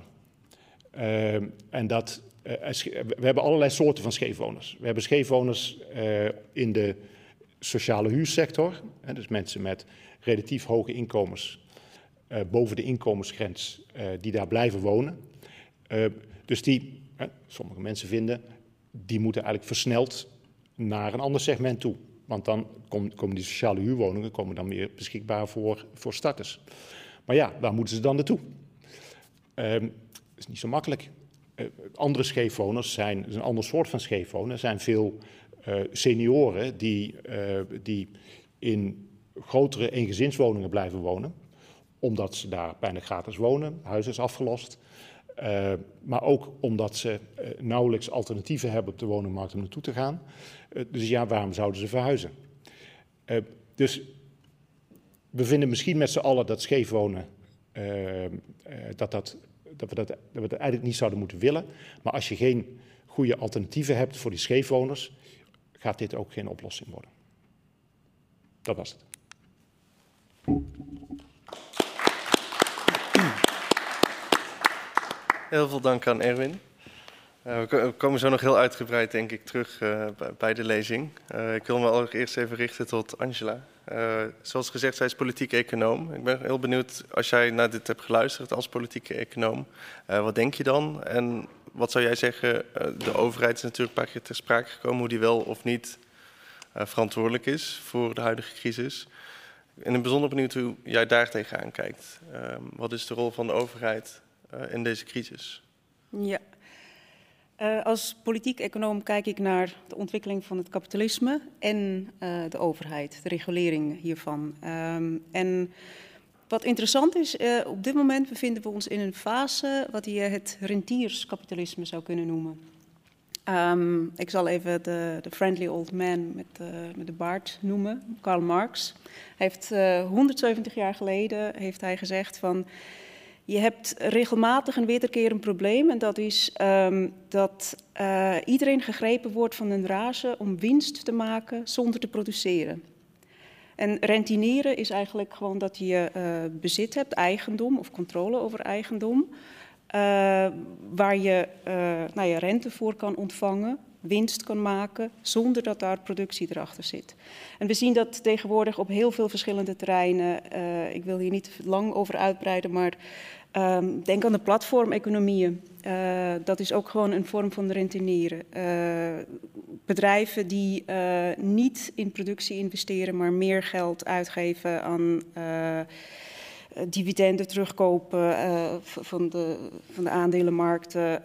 We hebben allerlei soorten van scheefwoners. We hebben scheefwoners in de sociale huursector, dus mensen met relatief hoge inkomens, boven de inkomensgrens, die daar blijven wonen. Dus sommige mensen vinden, die moeten eigenlijk versneld naar een ander segment toe. Want dan komen die sociale huurwoningen weer beschikbaar voor starters. Maar ja, waar moeten ze dan naartoe? Dat is niet zo makkelijk. Andere scheefwoners zijn een ander soort van scheefwonen. Er zijn veel senioren die in grotere eengezinswoningen blijven wonen, omdat ze daar bijna gratis wonen, huis is afgelost. Maar ook omdat ze nauwelijks alternatieven hebben op de woningmarkt om naartoe te gaan. Dus ja, waarom zouden ze verhuizen? Dus we vinden misschien met z'n allen dat scheef wonen, dat we dat eigenlijk niet zouden moeten willen. Maar als je geen goede alternatieven hebt voor die scheefwoners, gaat dit ook geen oplossing worden. Dat was het. Heel veel dank aan Erwin. We komen zo nog heel uitgebreid, denk ik, terug bij de lezing. Ik wil me allereerst even richten tot Angela. Zoals gezegd, zij is politiek econoom. Ik ben heel benieuwd, als jij naar dit hebt geluisterd als politieke econoom, wat denk je dan? En wat zou jij zeggen, de overheid is natuurlijk een paar keer ter sprake gekomen, hoe die wel of niet verantwoordelijk is voor de huidige crisis. En ik ben bijzonder benieuwd hoe jij daar tegenaan kijkt. Wat is de rol van de overheid in deze crisis? Ja. Als politiek econoom kijk ik naar de ontwikkeling van het kapitalisme en de overheid, de regulering hiervan. En wat interessant is, op dit moment bevinden we ons in een fase wat je het rentierskapitalisme zou kunnen noemen. Ik zal even de friendly old man met de baard noemen, Karl Marx. Hij heeft 170 jaar geleden heeft hij gezegd van, je hebt regelmatig een wederkerend probleem en dat is dat iedereen gegrepen wordt van een rage om winst te maken zonder te produceren. En rentineren is eigenlijk gewoon dat je bezit hebt, eigendom of controle over eigendom, waar je rente voor kan ontvangen, winst kan maken, zonder dat daar productie erachter zit. En we zien dat tegenwoordig op heel veel verschillende terreinen. Ik wil hier niet lang over uitbreiden, maar denk aan de platformeconomieën. Dat is ook gewoon een vorm van renteneren. Bedrijven die niet in productie investeren, maar meer geld uitgeven aan dividenden terugkopen van de aandelenmarkten,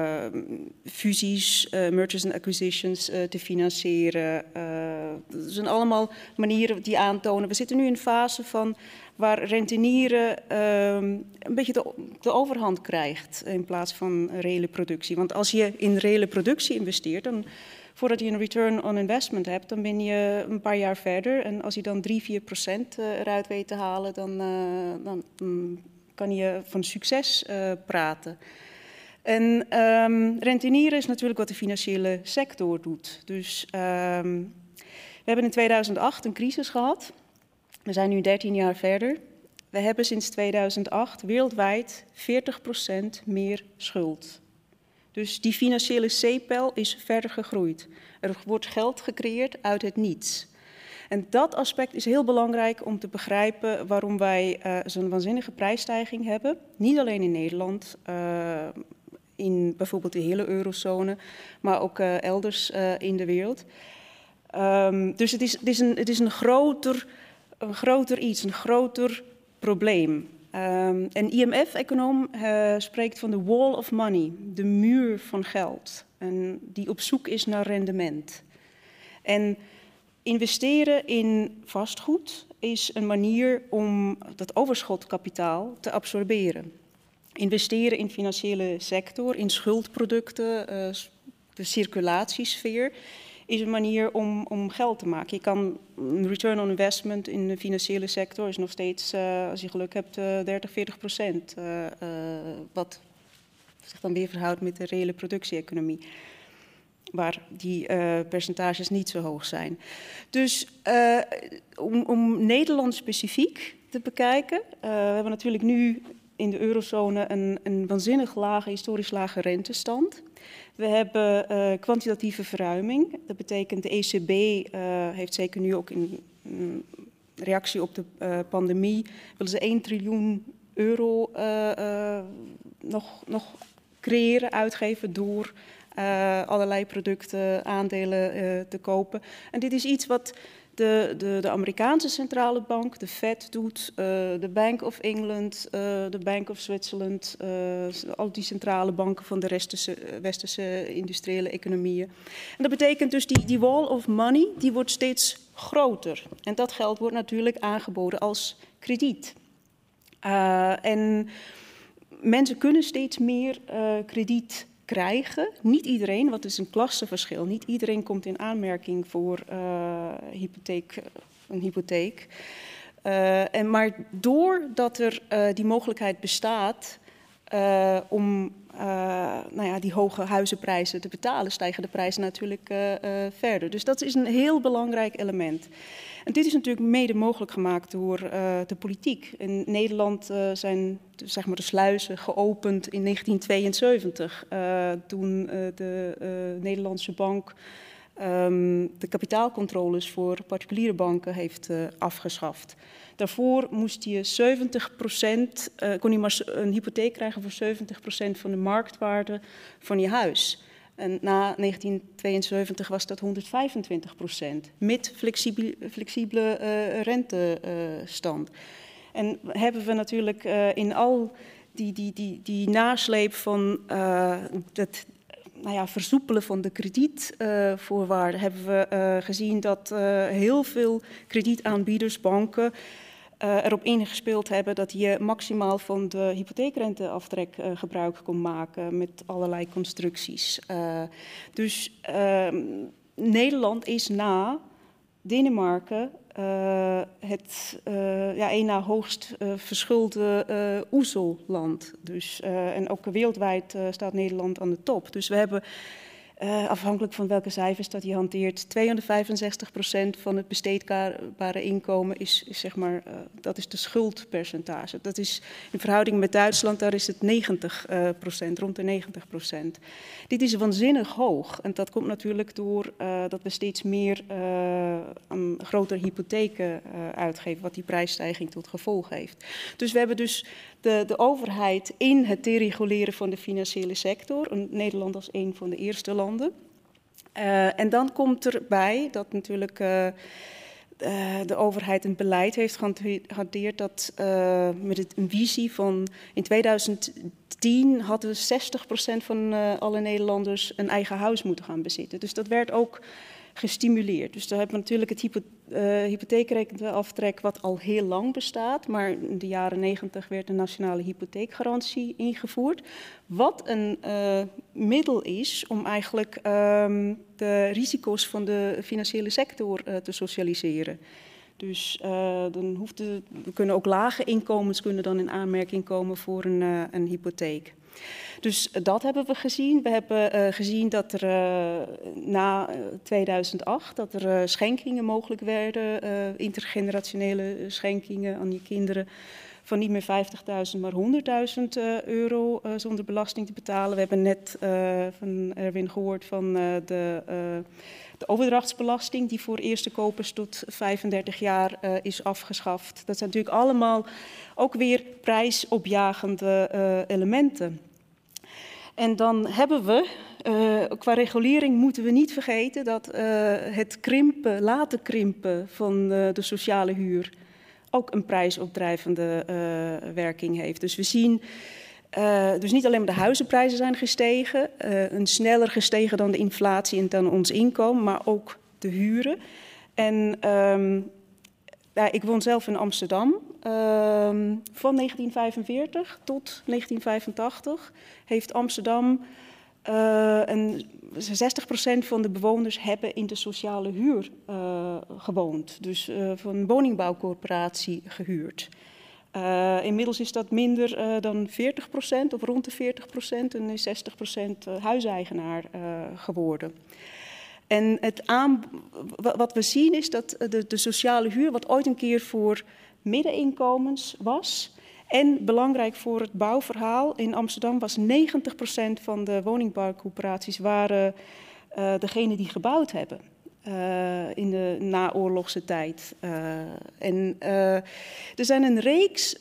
fusies, mergers and acquisitions te financieren. Dat zijn allemaal manieren die aantonen. We zitten nu in een fase van waar rentenieren een beetje de overhand krijgt in plaats van reële productie. Want als je in reële productie investeert, dan voordat je een return on investment hebt, dan ben je een paar jaar verder. En als je dan 3-4% eruit weet te halen, dan kan je van succes praten. En rentenieren is natuurlijk wat de financiële sector doet. Dus we hebben in 2008 een crisis gehad. We zijn nu 13 jaar verder. We hebben sinds 2008 wereldwijd 40% meer schuld. Dus die financiële zeepel is verder gegroeid. Er wordt geld gecreëerd uit het niets. En dat aspect is heel belangrijk om te begrijpen waarom wij zo'n waanzinnige prijsstijging hebben. Niet alleen in Nederland, in bijvoorbeeld de hele eurozone, maar ook elders in de wereld. Dus het is een groter iets, een groter probleem. Een IMF-econoom spreekt van de wall of money, de muur van geld, en die op zoek is naar rendement. En investeren in vastgoed is een manier om dat overschotkapitaal te absorberen. Investeren in financiële sector, in schuldproducten, de circulatiesfeer, is een manier om geld te maken. Je kan een return on investment in de financiële sector is nog steeds, als je geluk hebt, 30-40%. Wat zich dan weer verhoudt met de reële productie-economie, waar die percentages niet zo hoog zijn. Dus om Nederland specifiek te bekijken, we hebben natuurlijk nu in de eurozone een waanzinnig lage, historisch lage rentestand. We hebben kwantitatieve verruiming. Dat betekent de ECB heeft zeker nu ook in reactie op de pandemie, willen ze 1 triljoen euro nog creëren, uitgeven door allerlei producten, aandelen te kopen. En dit is iets wat de Amerikaanse centrale bank, de Fed, doet, de Bank of England, de Bank of Switzerland, al die centrale banken van de westerse industriële economieën. En dat betekent dus die wall of money, die wordt steeds groter. En dat geld wordt natuurlijk aangeboden als krediet. En mensen kunnen steeds meer krediet krijgen. Niet iedereen, want het is een klassenverschil. Niet iedereen komt in aanmerking voor een hypotheek. Maar doordat er die mogelijkheid bestaat om die hoge huizenprijzen te betalen, stijgen de prijzen natuurlijk verder. Dus dat is een heel belangrijk element. En dit is natuurlijk mede mogelijk gemaakt door de politiek. In Nederland zijn zeg maar de sluizen geopend in 1972, toen de Nederlandse bank de kapitaalcontroles voor particuliere banken heeft afgeschaft. Daarvoor moest je 70%, kon je maar een hypotheek krijgen voor 70% van de marktwaarde van je huis. En na 1972 was dat 125%, met flexibele rentestand. En hebben we natuurlijk in al die nasleep van het versoepelen van de kredietvoorwaarden, hebben we gezien dat heel veel kredietaanbieders, banken, erop ingespeeld hebben dat je maximaal van de hypotheekrenteaftrek gebruik kon maken met allerlei constructies. Dus Nederland is na Denemarken het één na hoogst verschulde OESL-land. Dus, en ook wereldwijd staat Nederland aan de top. Dus we hebben, afhankelijk van welke cijfers dat je hanteert, 265% van het besteedbare inkomen is zeg maar, dat is de schuldpercentage. Dat is in verhouding met Duitsland, daar is het 90%, rond de 90%. Dit is waanzinnig hoog en dat komt natuurlijk door dat we steeds meer aan grotere hypotheken uitgeven, wat die prijsstijging tot gevolg heeft. Dus we hebben dus de overheid in het dereguleren van de financiële sector, Nederland als een van de eerste landen. En dan komt erbij dat natuurlijk de overheid een beleid heeft gehanteerd dat met een visie van in 2010 hadden 60% van alle Nederlanders een eigen huis moeten gaan bezitten. Dus dat werd ook gestimuleerd. Dus daar hebben we natuurlijk het hypotheekrenteaftrek wat al heel lang bestaat, maar in de jaren 90 werd de nationale hypotheekgarantie ingevoerd. Wat een middel is om eigenlijk de risico's van de financiële sector te socialiseren. Dus dan kunnen ook lage inkomens kunnen dan in aanmerking komen voor een hypotheek. Dus dat hebben we gezien. We hebben gezien dat er na 2008 dat er schenkingen mogelijk werden, intergenerationele schenkingen aan je kinderen, van niet meer 50.000, maar 100.000 euro zonder belasting te betalen. We hebben net van Erwin gehoord van de overdrachtsbelasting die voor eerste kopers tot 35 jaar is afgeschaft. Dat zijn natuurlijk allemaal ook weer prijsopjagende elementen. En dan hebben we, qua regulering moeten we niet vergeten dat het laten krimpen van de sociale huur ook een prijsopdrijvende werking heeft. Dus we zien, dus niet alleen maar de huizenprijzen zijn gestegen, een sneller gestegen dan de inflatie en dan ons inkomen, maar ook de huren. En ik woon zelf in Amsterdam. Van 1945 tot 1985 heeft Amsterdam 60% van de bewoners hebben in de sociale huur gewoond. Dus van een woningbouwcorporatie gehuurd. Inmiddels is dat minder dan 40% of rond de 40% en is 60% huiseigenaar geworden. En wat we zien is dat de sociale huur, wat ooit een keer voor middeninkomens was, en belangrijk voor het bouwverhaal, in Amsterdam was 90% van de woningbouwcorporaties waren degene die gebouwd hebben in de naoorlogse tijd. Er zijn een reeks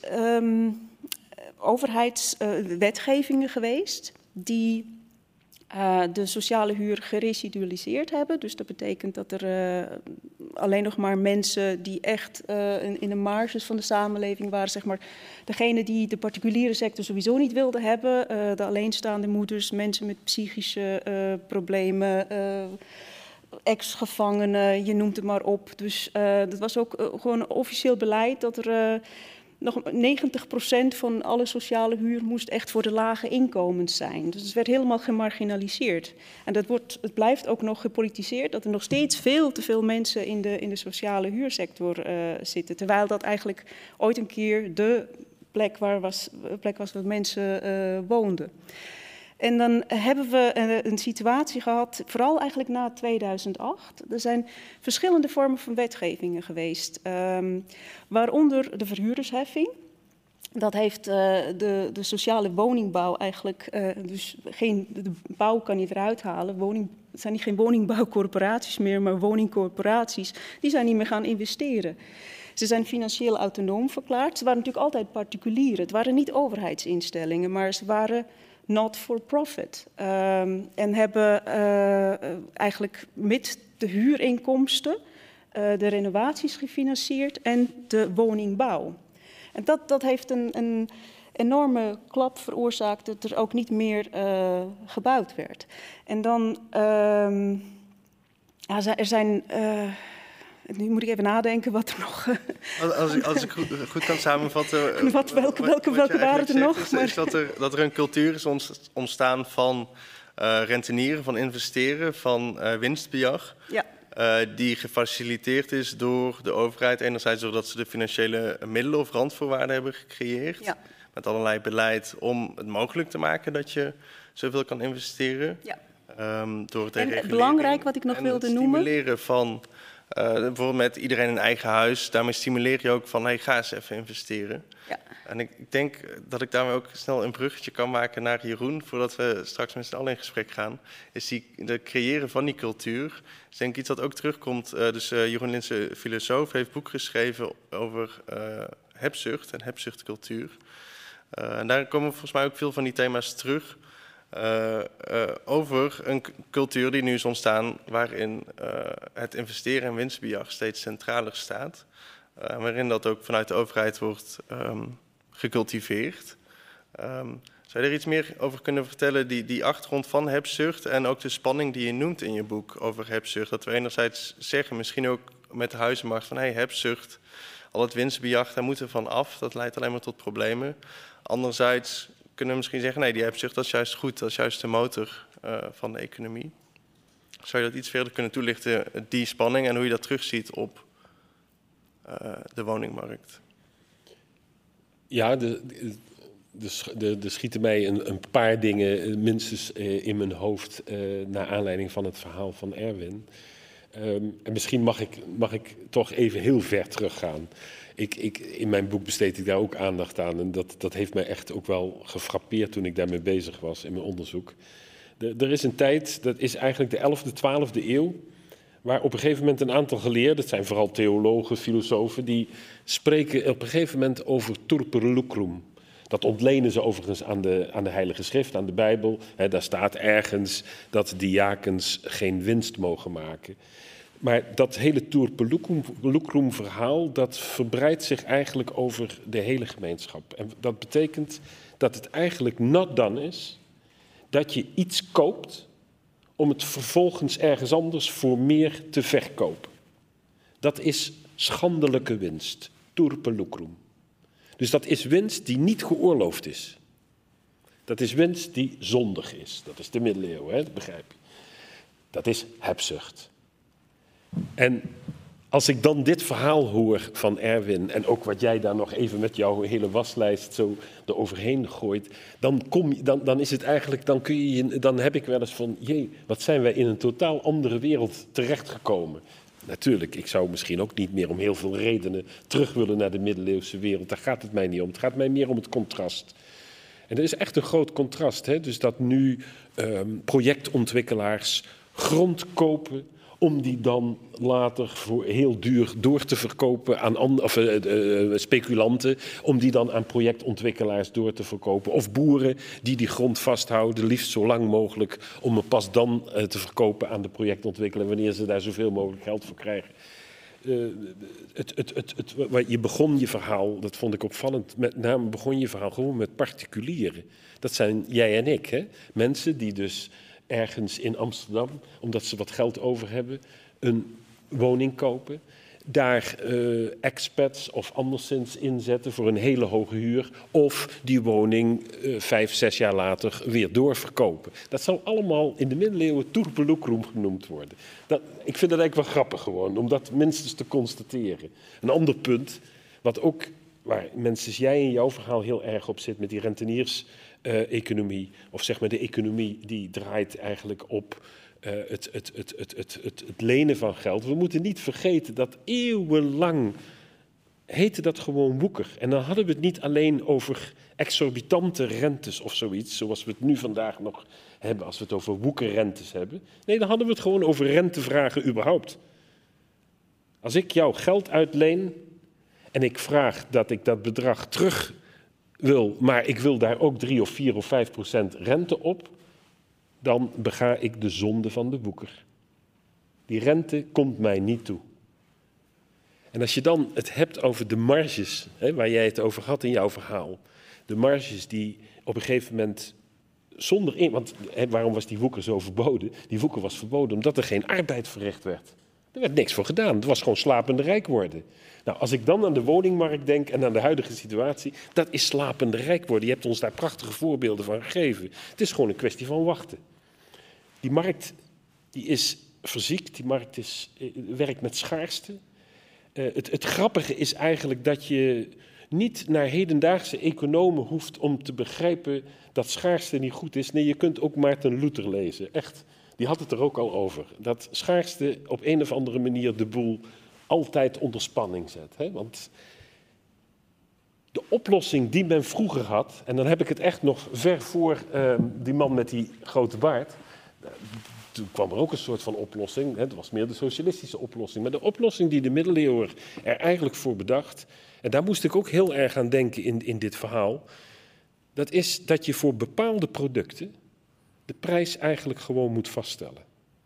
overheidswetgevingen geweest die de sociale huur geresidualiseerd hebben. Dus dat betekent dat er alleen nog maar mensen die echt in de marges van de samenleving waren, zeg maar, degene die de particuliere sector sowieso niet wilden hebben, de alleenstaande moeders, mensen met psychische problemen, ex-gevangenen, je noemt het maar op. Dus dat was ook gewoon officieel beleid dat er nog 90% van alle sociale huur moest echt voor de lage inkomens zijn. Dus het werd helemaal gemarginaliseerd. En het blijft ook nog gepolitiseerd, dat er nog steeds veel te veel mensen in de sociale huursector zitten. Terwijl dat eigenlijk ooit een keer de plek was waar mensen woonden. En dan hebben we een situatie gehad, vooral eigenlijk na 2008. Er zijn verschillende vormen van wetgevingen geweest, waaronder de verhuurdersheffing. Dat heeft de sociale woningbouw eigenlijk, de bouw kan je eruit halen. Het zijn geen woningbouwcorporaties meer, maar woningcorporaties. Die zijn niet meer gaan investeren. Ze zijn financieel autonoom verklaard. Ze waren natuurlijk altijd particulieren. Het waren niet overheidsinstellingen, maar ze waren not for profit. En hebben eigenlijk met de huurinkomsten de renovaties gefinancierd en de woningbouw. En dat heeft een enorme klap veroorzaakt dat er ook niet meer gebouwd werd. En dan, er zijn... nu moet ik even nadenken wat er nog... Als ik goed kan samenvatten... Welke waren het er nog? Is dat er een cultuur is ontstaan van rentenieren, van investeren, van winstbejag... Ja. Die gefaciliteerd is door de overheid. Enerzijds doordat ze de financiële middelen of randvoorwaarden hebben gecreëerd. Ja. Met allerlei beleid om het mogelijk te maken dat je zoveel kan investeren. Ja. Door het en belangrijk wat ik nog wilde noemen. Het stimuleren van... bijvoorbeeld met iedereen een eigen huis. Daarmee stimuleer je ook van, hey, ga eens even investeren. Ja. En ik denk dat ik daarmee ook snel een bruggetje kan maken naar Jeroen, voordat we straks met z'n allen in gesprek gaan. Is de creëren van die cultuur. Ik denk iets wat ook terugkomt. Dus Jeroen Linssen, filosoof, heeft een boek geschreven over hebzucht en hebzuchtcultuur. En daar komen volgens mij ook veel van die thema's terug. Over een cultuur die nu is ontstaan waarin het investeren en winstbejag steeds centraler staat. Waarin dat ook vanuit de overheid wordt gecultiveerd. Zou je er iets meer over kunnen vertellen, die achtergrond van hebzucht en ook de spanning die je noemt in je boek over hebzucht? Dat we enerzijds zeggen, misschien ook met de huizenmarkt, van hey, hebzucht, al het winstbejag, daar moeten we van af. Dat leidt alleen maar tot problemen. Anderzijds kunnen we misschien zeggen, nee, die hebzucht, dat is juist goed. Dat is juist de motor van de economie. Zou je dat iets verder kunnen toelichten, die spanning, en hoe je dat terugziet op de woningmarkt? Ja, er schieten mij een paar dingen minstens in mijn hoofd naar aanleiding van het verhaal van Erwin. En misschien mag ik toch even heel ver teruggaan. In mijn boek besteed ik daar ook aandacht aan. En dat heeft mij echt ook wel gefrappeerd toen ik daarmee bezig was in mijn onderzoek. Er is een tijd, dat is eigenlijk de 11e, 12e eeuw, waar op een gegeven moment een aantal geleerden, dat zijn vooral theologen, filosofen, die spreken op een gegeven moment over turper lucrum. Dat ontlenen ze overigens aan de Heilige Schrift, aan de Bijbel. Daar staat ergens dat diakens geen winst mogen maken. Maar dat hele turper lucrum verhaal, dat verbreidt zich eigenlijk over de hele gemeenschap. En dat betekent dat het eigenlijk not done is dat je iets koopt om het vervolgens ergens anders voor meer te verkopen. Dat is schandelijke winst, turper lucrum. Dus dat is winst die niet geoorloofd is. Dat is winst die zondig is. Dat is de middeleeuwen, dat begrijp je. Dat is hebzucht. En als ik dan dit verhaal hoor van Erwin en ook wat jij daar nog even met jouw hele waslijst zo eroverheen gooit, dan is het eigenlijk, dan heb ik wel eens van, jee, wat zijn wij in een totaal andere wereld terechtgekomen. Natuurlijk, ik zou misschien ook niet meer om heel veel redenen terug willen naar de middeleeuwse wereld. Daar gaat het mij niet om. Het gaat mij meer om het contrast. En er is echt een groot contrast. Hè? Dus dat nu projectontwikkelaars grond kopen om die dan later voor heel duur door te verkopen aan speculanten, om die dan aan projectontwikkelaars door te verkopen. Of boeren die grond vasthouden, liefst zo lang mogelijk, om het pas dan te verkopen aan de projectontwikkelaar, wanneer ze daar zoveel mogelijk geld voor krijgen. Je begon je verhaal, dat vond ik opvallend, met name begon je verhaal gewoon met particulieren. Dat zijn jij en ik, hè? Mensen die dus ergens in Amsterdam, omdat ze wat geld over hebben, een woning kopen. daar expats of anderszins inzetten voor een hele hoge huur, of die woning 5, 6 jaar later weer doorverkopen. Dat zou allemaal in de middeleeuwen toerbeloekroem genoemd worden. Ik vind dat eigenlijk wel grappig gewoon, om dat minstens te constateren. Een ander punt, wat ook, waar minstens jij in jouw verhaal heel erg op zit met die renteniers-economie, of zeg maar de economie die draait eigenlijk op het lenen van geld. We moeten niet vergeten dat eeuwenlang heette dat gewoon woeker. En dan hadden we het niet alleen over exorbitante rentes of zoiets, zoals we het nu vandaag nog hebben als we het over woekerrentes hebben. Nee, dan hadden we het gewoon over rentevragen überhaupt. Als ik jou geld uitleen en ik vraag dat ik dat bedrag terug wil, maar ik wil daar ook 3 of 4 of 5% rente op, dan bega ik de zonde van de woeker. Die rente komt mij niet toe. En als je dan het hebt over de marges, waar jij het over had in jouw verhaal. De marges die op een gegeven moment zonder... Want waarom was die woeker zo verboden? Die woeker was verboden omdat er geen arbeid verricht werd. Er werd niks voor gedaan. Het was gewoon slapende rijk worden. Nou, als ik dan aan de woningmarkt denk en aan de huidige situatie, dat is slapende rijk worden. Je hebt ons daar prachtige voorbeelden van gegeven. Het is gewoon een kwestie van wachten. Die markt die is verziekt, die markt werkt met schaarste. Het grappige is eigenlijk dat je niet naar hedendaagse economen hoeft om te begrijpen dat schaarste niet goed is. Nee, je kunt ook Maarten Luther lezen, echt. Die had het er ook al over. Dat schaarste op een of andere manier de boel altijd onder spanning zet. Hè? Want de oplossing die men vroeger had, en dan heb ik het echt nog ver voor die man met die grote baard. Toen kwam er ook een soort van oplossing. Hè? Dat was meer de socialistische oplossing. Maar de oplossing die de middeleeuwer er eigenlijk voor bedacht, en daar moest ik ook heel erg aan denken in dit verhaal, dat is dat je voor bepaalde producten de prijs eigenlijk gewoon moet vaststellen.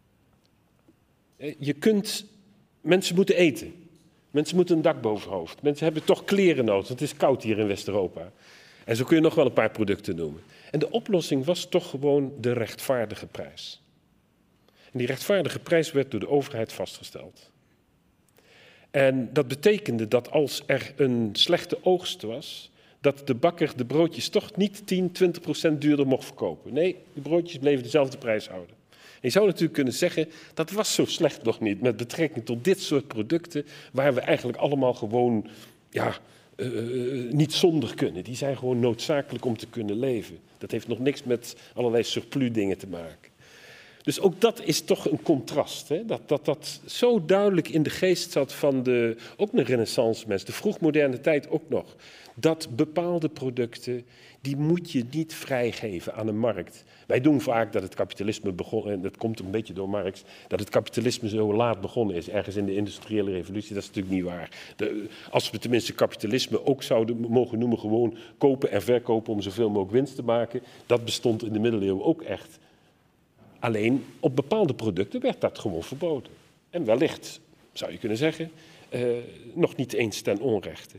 Mensen moeten eten. Mensen moeten een dak boven hun hoofd. Mensen hebben toch kleren nodig, want het is koud hier in West-Europa. En zo kun je nog wel een paar producten noemen. En de oplossing was toch gewoon de rechtvaardige prijs. En die rechtvaardige prijs werd door de overheid vastgesteld. En dat betekende dat als er een slechte oogst was, dat de bakker de broodjes toch niet 10-20% duurder mocht verkopen. Nee, de broodjes bleven dezelfde prijs houden. En je zou natuurlijk kunnen zeggen, dat was zo slecht nog niet met betrekking tot dit soort producten, waar we eigenlijk allemaal gewoon niet zonder kunnen. Die zijn gewoon noodzakelijk om te kunnen leven. Dat heeft nog niks met allerlei surplus dingen te maken. Dus ook dat is toch een contrast. Hè? Dat zo duidelijk in de geest zat van ook de renaissance-mens, de vroegmoderne tijd ook nog. Dat bepaalde producten, die moet je niet vrijgeven aan een markt. Wij doen vaak dat het kapitalisme begon, en dat komt een beetje door Marx, dat het kapitalisme zo laat begonnen is, ergens in de industriële revolutie. Dat is natuurlijk niet waar. Als we tenminste kapitalisme ook zouden mogen noemen, gewoon kopen en verkopen om zoveel mogelijk winst te maken, dat bestond in de middeleeuwen ook echt. Alleen op bepaalde producten werd dat gewoon verboden. En wellicht, zou je kunnen zeggen, nog niet eens ten onrechte.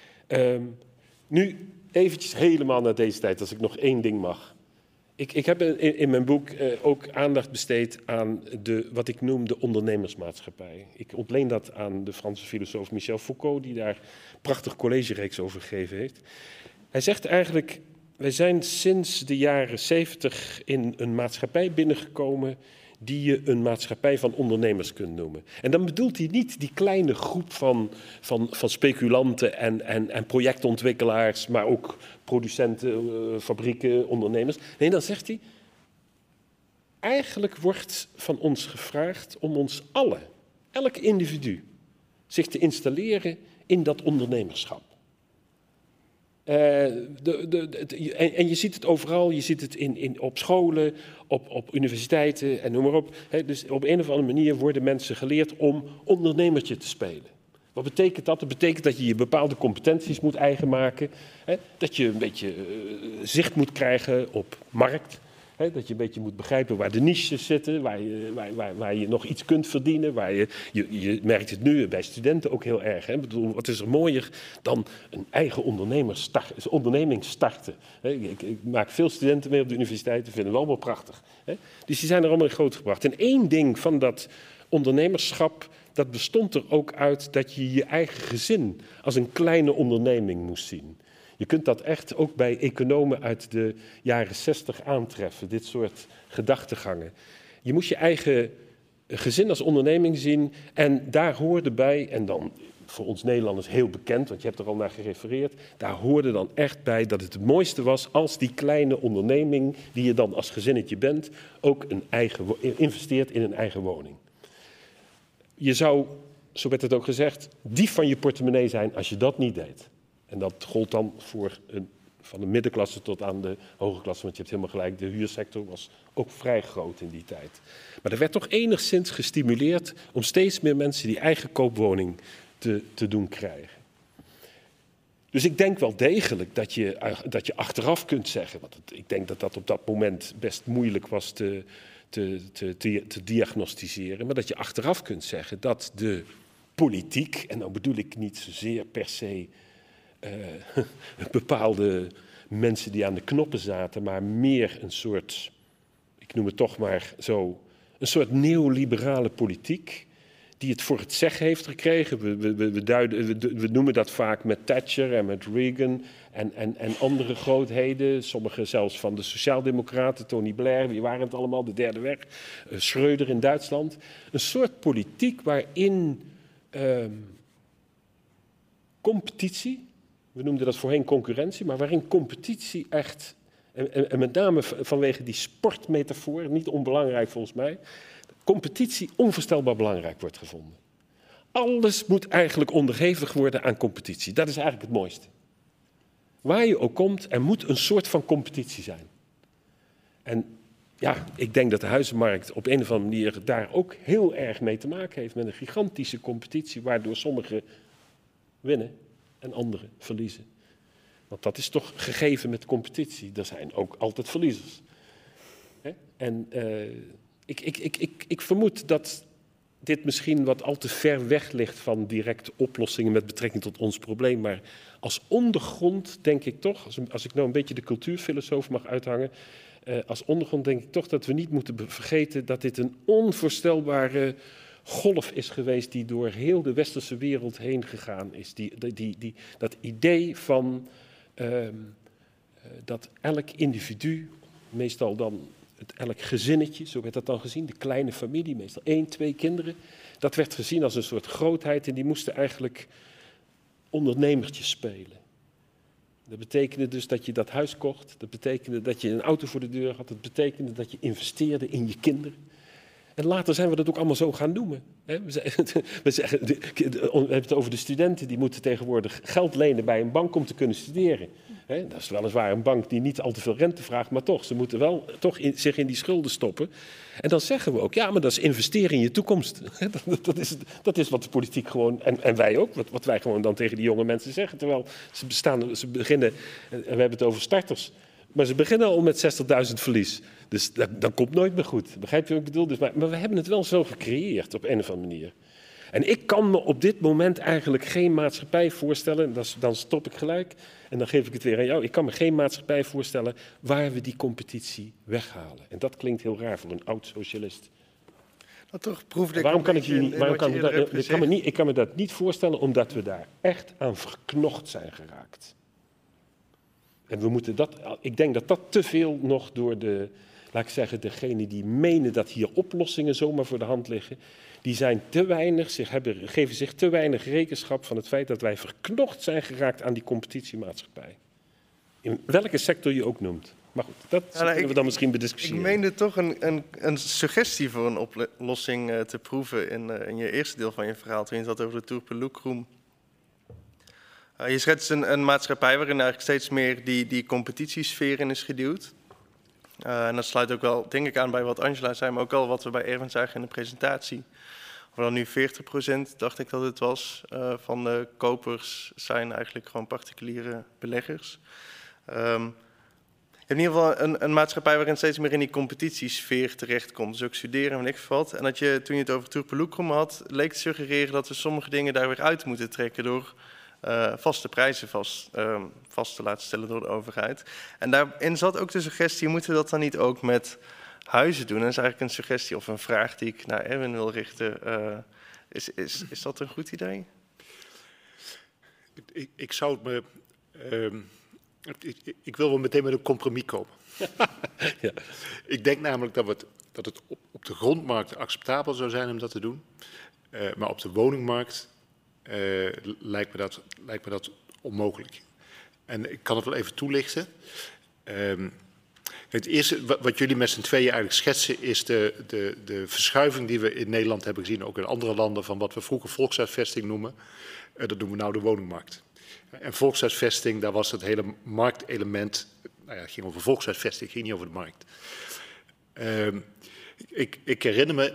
Nu eventjes helemaal naar deze tijd, als ik nog één ding mag. Ik heb in mijn boek ook aandacht besteed aan wat ik noem de ondernemersmaatschappij. Ik ontleen dat aan de Franse filosoof Michel Foucault, die daar een prachtig collegereeks over gegeven heeft. Hij zegt eigenlijk, wij zijn sinds de jaren 70 in een maatschappij binnengekomen die je een maatschappij van ondernemers kunt noemen. En dan bedoelt hij niet die kleine groep van speculanten en projectontwikkelaars, maar ook producenten, fabrieken, ondernemers. Nee, dan zegt hij, eigenlijk wordt van ons gevraagd om ons allen, elk individu, zich te installeren in dat ondernemerschap. En je ziet het overal, je ziet het op scholen, op universiteiten en noem maar op. Dus op een of andere manier worden mensen geleerd om ondernemertje te spelen. Wat betekent dat? Dat betekent dat je je bepaalde competenties moet eigen maken. Dat je een beetje zicht moet krijgen op markt. Dat je een beetje moet begrijpen waar de niches zitten, waar je nog iets kunt verdienen. Je merkt het nu bij studenten ook heel erg. Ik bedoel, wat is er mooier dan een eigen onderneming starten? Ik maak veel studenten mee op de universiteit, die vinden we allemaal prachtig. Dus die zijn er allemaal in groot gebracht. En één ding van dat ondernemerschap, dat bestond er ook uit dat je je eigen gezin als een kleine onderneming moest zien. Je kunt dat echt ook bij economen uit de jaren 60 aantreffen, dit soort gedachtegangen. Je moest je eigen gezin als onderneming zien en daar hoorde bij, en dan voor ons Nederlanders heel bekend, want je hebt er al naar gerefereerd, daar hoorde dan echt bij dat het mooiste was als die kleine onderneming, die je dan als gezinnetje bent, ook investeert in een eigen woning. Je zou, zo werd het ook gezegd, dief van je portemonnee zijn als je dat niet deed. En dat gold dan van de middenklasse tot aan de hoge klasse, want je hebt helemaal gelijk, de huursector was ook vrij groot in die tijd. Maar er werd toch enigszins gestimuleerd om steeds meer mensen die eigen koopwoning te doen krijgen. Dus ik denk wel degelijk dat je achteraf kunt zeggen, want ik denk dat dat op dat moment best moeilijk was te diagnosticeren, maar dat je achteraf kunt zeggen dat de politiek, en nou bedoel ik niet zozeer per se bepaalde mensen die aan de knoppen zaten, maar meer een soort, ik noem het toch maar zo, een soort neoliberale politiek die het voor het zeggen heeft gekregen. We noemen dat vaak met Thatcher en met Reagan en andere grootheden. Sommigen zelfs van de Sociaaldemocraten, Tony Blair, wie waren het allemaal, de derde weg, Schröder in Duitsland. Een soort politiek waarin competitie, we noemden dat voorheen concurrentie, maar waarin competitie echt, en met name vanwege die sportmetafoor, niet onbelangrijk volgens mij, competitie onvoorstelbaar belangrijk wordt gevonden. Alles moet eigenlijk onderhevig worden aan competitie. Dat is eigenlijk het mooiste. Waar je ook komt, er moet een soort van competitie zijn. En ja, ik denk dat de huizenmarkt op een of andere manier daar ook heel erg mee te maken heeft. Met een gigantische competitie, waardoor sommigen winnen en anderen verliezen. Want dat is toch gegeven met competitie. Er zijn ook altijd verliezers. En ik vermoed dat dit misschien wat al te ver weg ligt van directe oplossingen met betrekking tot ons probleem. Maar als ondergrond denk ik toch, als ik nou een beetje de cultuurfilosoof mag uithangen, als ondergrond denk ik toch dat we niet moeten vergeten dat dit een onvoorstelbare golf is geweest die door heel de westerse wereld heen gegaan is. Dat idee van dat elk individu, meestal dan elk gezinnetje, zo werd dat dan gezien, de kleine familie, meestal 1, 2 kinderen, dat werd gezien als een soort grootheid en die moesten eigenlijk ondernemertjes spelen. Dat betekende dus dat je dat huis kocht, dat betekende dat je een auto voor de deur had, dat betekende dat je investeerde in je kinderen. En later zijn we dat ook allemaal zo gaan noemen. We hebben het over de studenten, die moeten tegenwoordig geld lenen bij een bank om te kunnen studeren. Dat is weliswaar een bank die niet al te veel rente vraagt, maar toch, ze moeten wel zich in die schulden stoppen. En dan zeggen we ook, ja, maar dat is investeren in je toekomst. Dat is wat de politiek gewoon, en wij ook, wat wij gewoon dan tegen die jonge mensen zeggen. Terwijl ze beginnen, en we hebben het over starters, maar ze beginnen al met 60.000 verlies. Dus dat komt nooit meer goed. Begrijp je wat ik bedoel? Dus, maar we hebben het wel zo gecreëerd op een of andere manier. En ik kan me op dit moment eigenlijk geen maatschappij voorstellen, dan stop ik gelijk en dan geef ik het weer aan jou. Ik kan me geen maatschappij voorstellen waar we die competitie weghalen. En dat klinkt heel raar voor een oud-socialist. Nou, toch proefde ik waarom kan ik hier niet? Ik kan me dat niet voorstellen omdat we daar echt aan verknocht zijn geraakt. En we moeten ik denk dat dat te veel nog door laat ik zeggen, degenen die menen dat hier oplossingen zomaar voor de hand liggen, die zijn te weinig, geven zich te weinig rekenschap van het feit dat wij verknocht zijn geraakt aan die competitiemaatschappij. In welke sector je ook noemt. Maar goed, dat kunnen we dan misschien bediscussiëren. Ik meende toch een suggestie voor een oplossing te proeven in je eerste deel van je verhaal, toen je het had over de Turpe-Loekroem. Je schetst een maatschappij waarin eigenlijk steeds meer die competitiesfeer in is geduwd. En dat sluit ook wel, denk ik, aan bij wat Angela zei, maar ook al wat we bij Erwin zagen in de presentatie. Vooral nu 40%, dacht ik dat het was, van de kopers zijn eigenlijk gewoon particuliere beleggers. Je hebt in ieder geval een maatschappij waarin steeds meer in die competitiesfeer terechtkomt. Dus ook studeren en niks valt. En dat je, toen je het over Turpe-Loekroem had, leek te suggereren dat we sommige dingen daar weer uit moeten trekken door vaste prijzen vast te laten stellen door de overheid. En daarin zat ook de suggestie, moeten we dat dan niet ook met huizen doen. En dat is eigenlijk een suggestie of een vraag die ik naar Erwin wil richten. Is dat een goed idee? Ik zou het me... ik wil wel meteen met een compromis komen. Ja. Ik denk namelijk dat het op de grondmarkt acceptabel zou zijn om dat te doen. Maar op de woningmarkt lijkt me dat onmogelijk. En ik kan het wel even toelichten. Het eerste wat jullie met z'n tweeën eigenlijk schetsen is de verschuiving die we in Nederland hebben gezien, ook in andere landen, van wat we vroeger volkshuisvesting noemen. Dat noemen we nou de woningmarkt. En volkshuisvesting, daar was het hele marktelement, nou ja, het ging over volkshuisvesting, het ging niet over de markt. Ik herinner me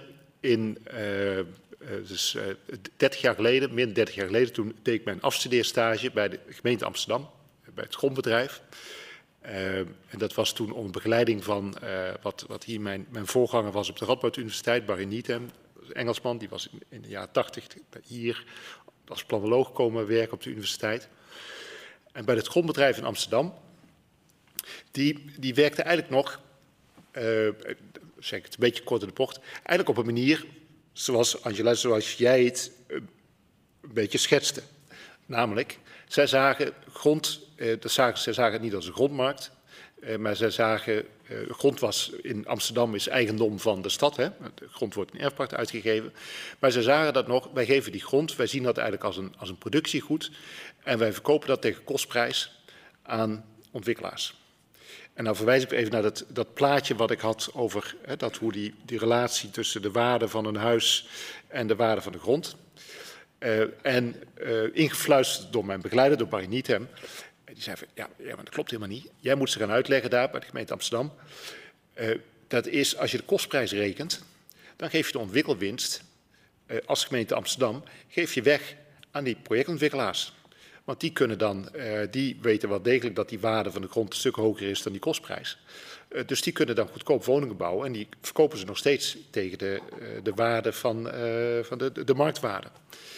dus 30 jaar geleden, meer dan 30 jaar geleden, toen deed ik mijn afstudeerstage bij de gemeente Amsterdam, bij het grondbedrijf. En dat was toen onder begeleiding van wat hier mijn voorganger was op de Radboud Universiteit, Barry Needham, Engelsman, die was in de jaren 80 hier als planoloog komen werken op de universiteit. En bij het grondbedrijf in Amsterdam, die werkte eigenlijk nog, zeg ik het een beetje kort in de bocht, eigenlijk op een manier zoals Angela, zoals jij het een beetje schetste. Namelijk, zij zagen het niet als een grondmarkt, maar zij zagen, grond was in Amsterdam is eigendom van de stad, hè? De grond wordt in erfpacht uitgegeven. Maar zij zagen dat nog, wij geven die grond, wij zien dat eigenlijk als een productiegoed en wij verkopen dat tegen kostprijs aan ontwikkelaars. En nou verwijs ik even naar dat plaatje wat ik had over hoe die relatie tussen de waarde van een huis en de waarde van de grond. Ingefluisterd door mijn begeleider, door Barry Needham. Die zei van, ja, maar dat klopt helemaal niet. Jij moet ze gaan uitleggen daar bij de gemeente Amsterdam. Dat is, als je de kostprijs rekent, dan geef je de ontwikkelwinst als gemeente Amsterdam, geef je weg aan die projectontwikkelaars. Want die kunnen dan, die weten wel degelijk dat die waarde van de grond een stuk hoger is dan die kostprijs. Dus die kunnen dan goedkoop woningen bouwen en die verkopen ze nog steeds tegen de waarde van de marktwaarde.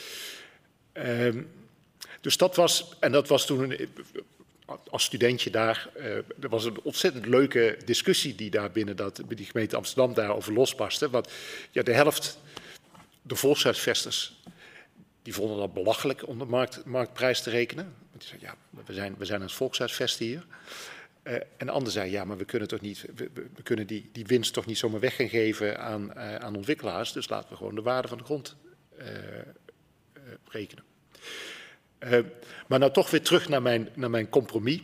Dus dat was toen als studentje daar, er was een ontzettend leuke discussie die daar binnen die gemeente Amsterdam daarover losbarstte. Want ja, de helft, de volkshuisvesters, die vonden dat belachelijk om de marktprijs te rekenen. Want die zeiden, ja, we zijn een volkshuisvesten hier. En de ander zei, ja, maar we kunnen toch niet, we kunnen die winst toch niet zomaar weg gaan geven aan ontwikkelaars. Dus laten we gewoon de waarde van de grond rekenen. Maar nou toch weer terug naar mijn compromis.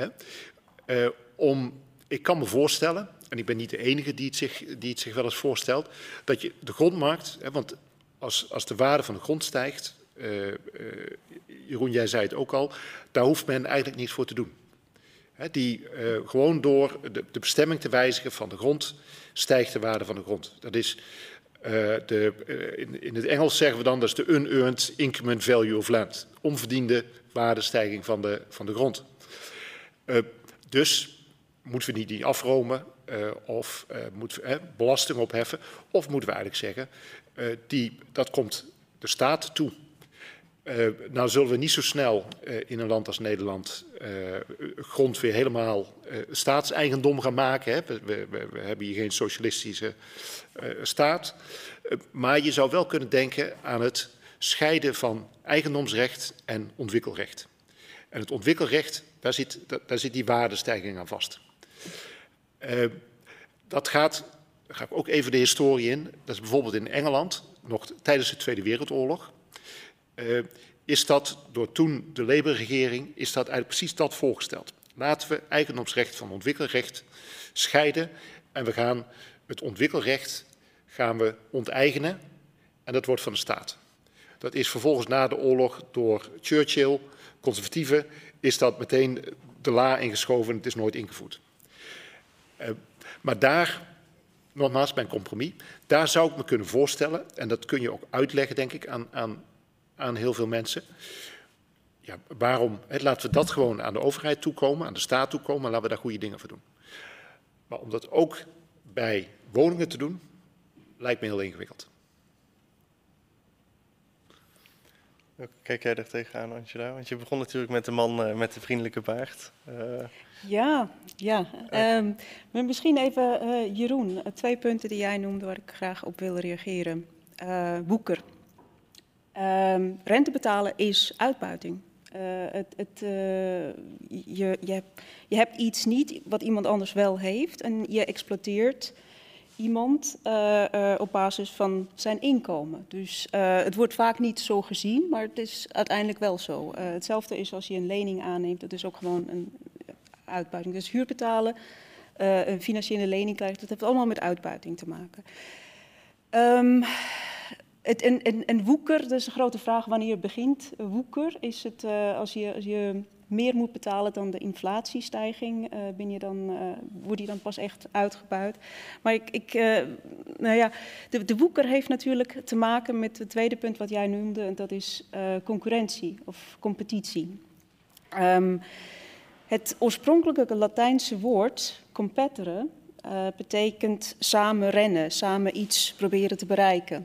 Ik kan me voorstellen, en ik ben niet de enige die het zich wel eens voorstelt, dat je de grondmarkt, want als de waarde van de grond stijgt, Jeroen, jij zei het ook al, daar hoeft men eigenlijk niets voor te doen. Gewoon door de bestemming te wijzigen van de grond, stijgt de waarde van de grond. Dat is, in het Engels zeggen we dan, dat is de unearned increment value of land. Onverdiende waardestijging van de grond. Dus moeten we die afromen of moeten we belasting opheffen. Of moeten we eigenlijk zeggen, dat komt de staat toe. Nou zullen we niet zo snel in een land als Nederland grond weer helemaal staatseigendom gaan maken. Hè. We hebben hier geen socialistische staat. Maar je zou wel kunnen denken aan het scheiden van eigendomsrecht en ontwikkelrecht. En het ontwikkelrecht, daar zit die waardestijging aan vast. Daar ga ik ook even de historie in. Dat is bijvoorbeeld in Engeland, nog tijdens de Tweede Wereldoorlog. Is dat door toen de Labour-regering, is dat eigenlijk precies dat voorgesteld. Laten we eigendomsrecht van ontwikkelrecht scheiden en we gaan het ontwikkelrecht onteigenen en dat wordt van de staat. Dat is vervolgens na de oorlog door Churchill, conservatieven, is dat meteen de la ingeschoven en het is nooit ingevoerd. Maar daar, nogmaals mijn compromis, daar zou ik me kunnen voorstellen, en dat kun je ook uitleggen denk ik aan heel veel mensen. Ja, waarom? Laten we dat gewoon aan de overheid toekomen, aan de staat toekomen en laten we daar goede dingen voor doen. Maar om dat ook bij woningen te doen, lijkt me heel ingewikkeld. Kijk jij er tegenaan, Angela? Want je begon natuurlijk met de man met de vriendelijke baard. Ja. Maar misschien even, Jeroen, 2 punten die jij noemde waar ik graag op wil reageren. Woeker. Rente betalen is uitbuiting. Je hebt iets niet wat iemand anders wel heeft en je exploiteert iemand op basis van zijn inkomen. Dus het wordt vaak niet zo gezien, maar het is uiteindelijk wel zo. Hetzelfde is als je een lening aanneemt, dat is ook gewoon een uitbuiting. Dus huur betalen, een financiële lening krijgen, dat heeft allemaal met uitbuiting te maken. En woeker, dat is een grote vraag wanneer het begint. Woeker is het als je meer moet betalen dan de inflatiestijging, word je dan pas echt uitgebuit. Maar de woeker heeft natuurlijk te maken met het tweede punt wat jij noemde, en dat is concurrentie of competitie. Het oorspronkelijke Latijnse woord, competere, betekent samen rennen, samen iets proberen te bereiken.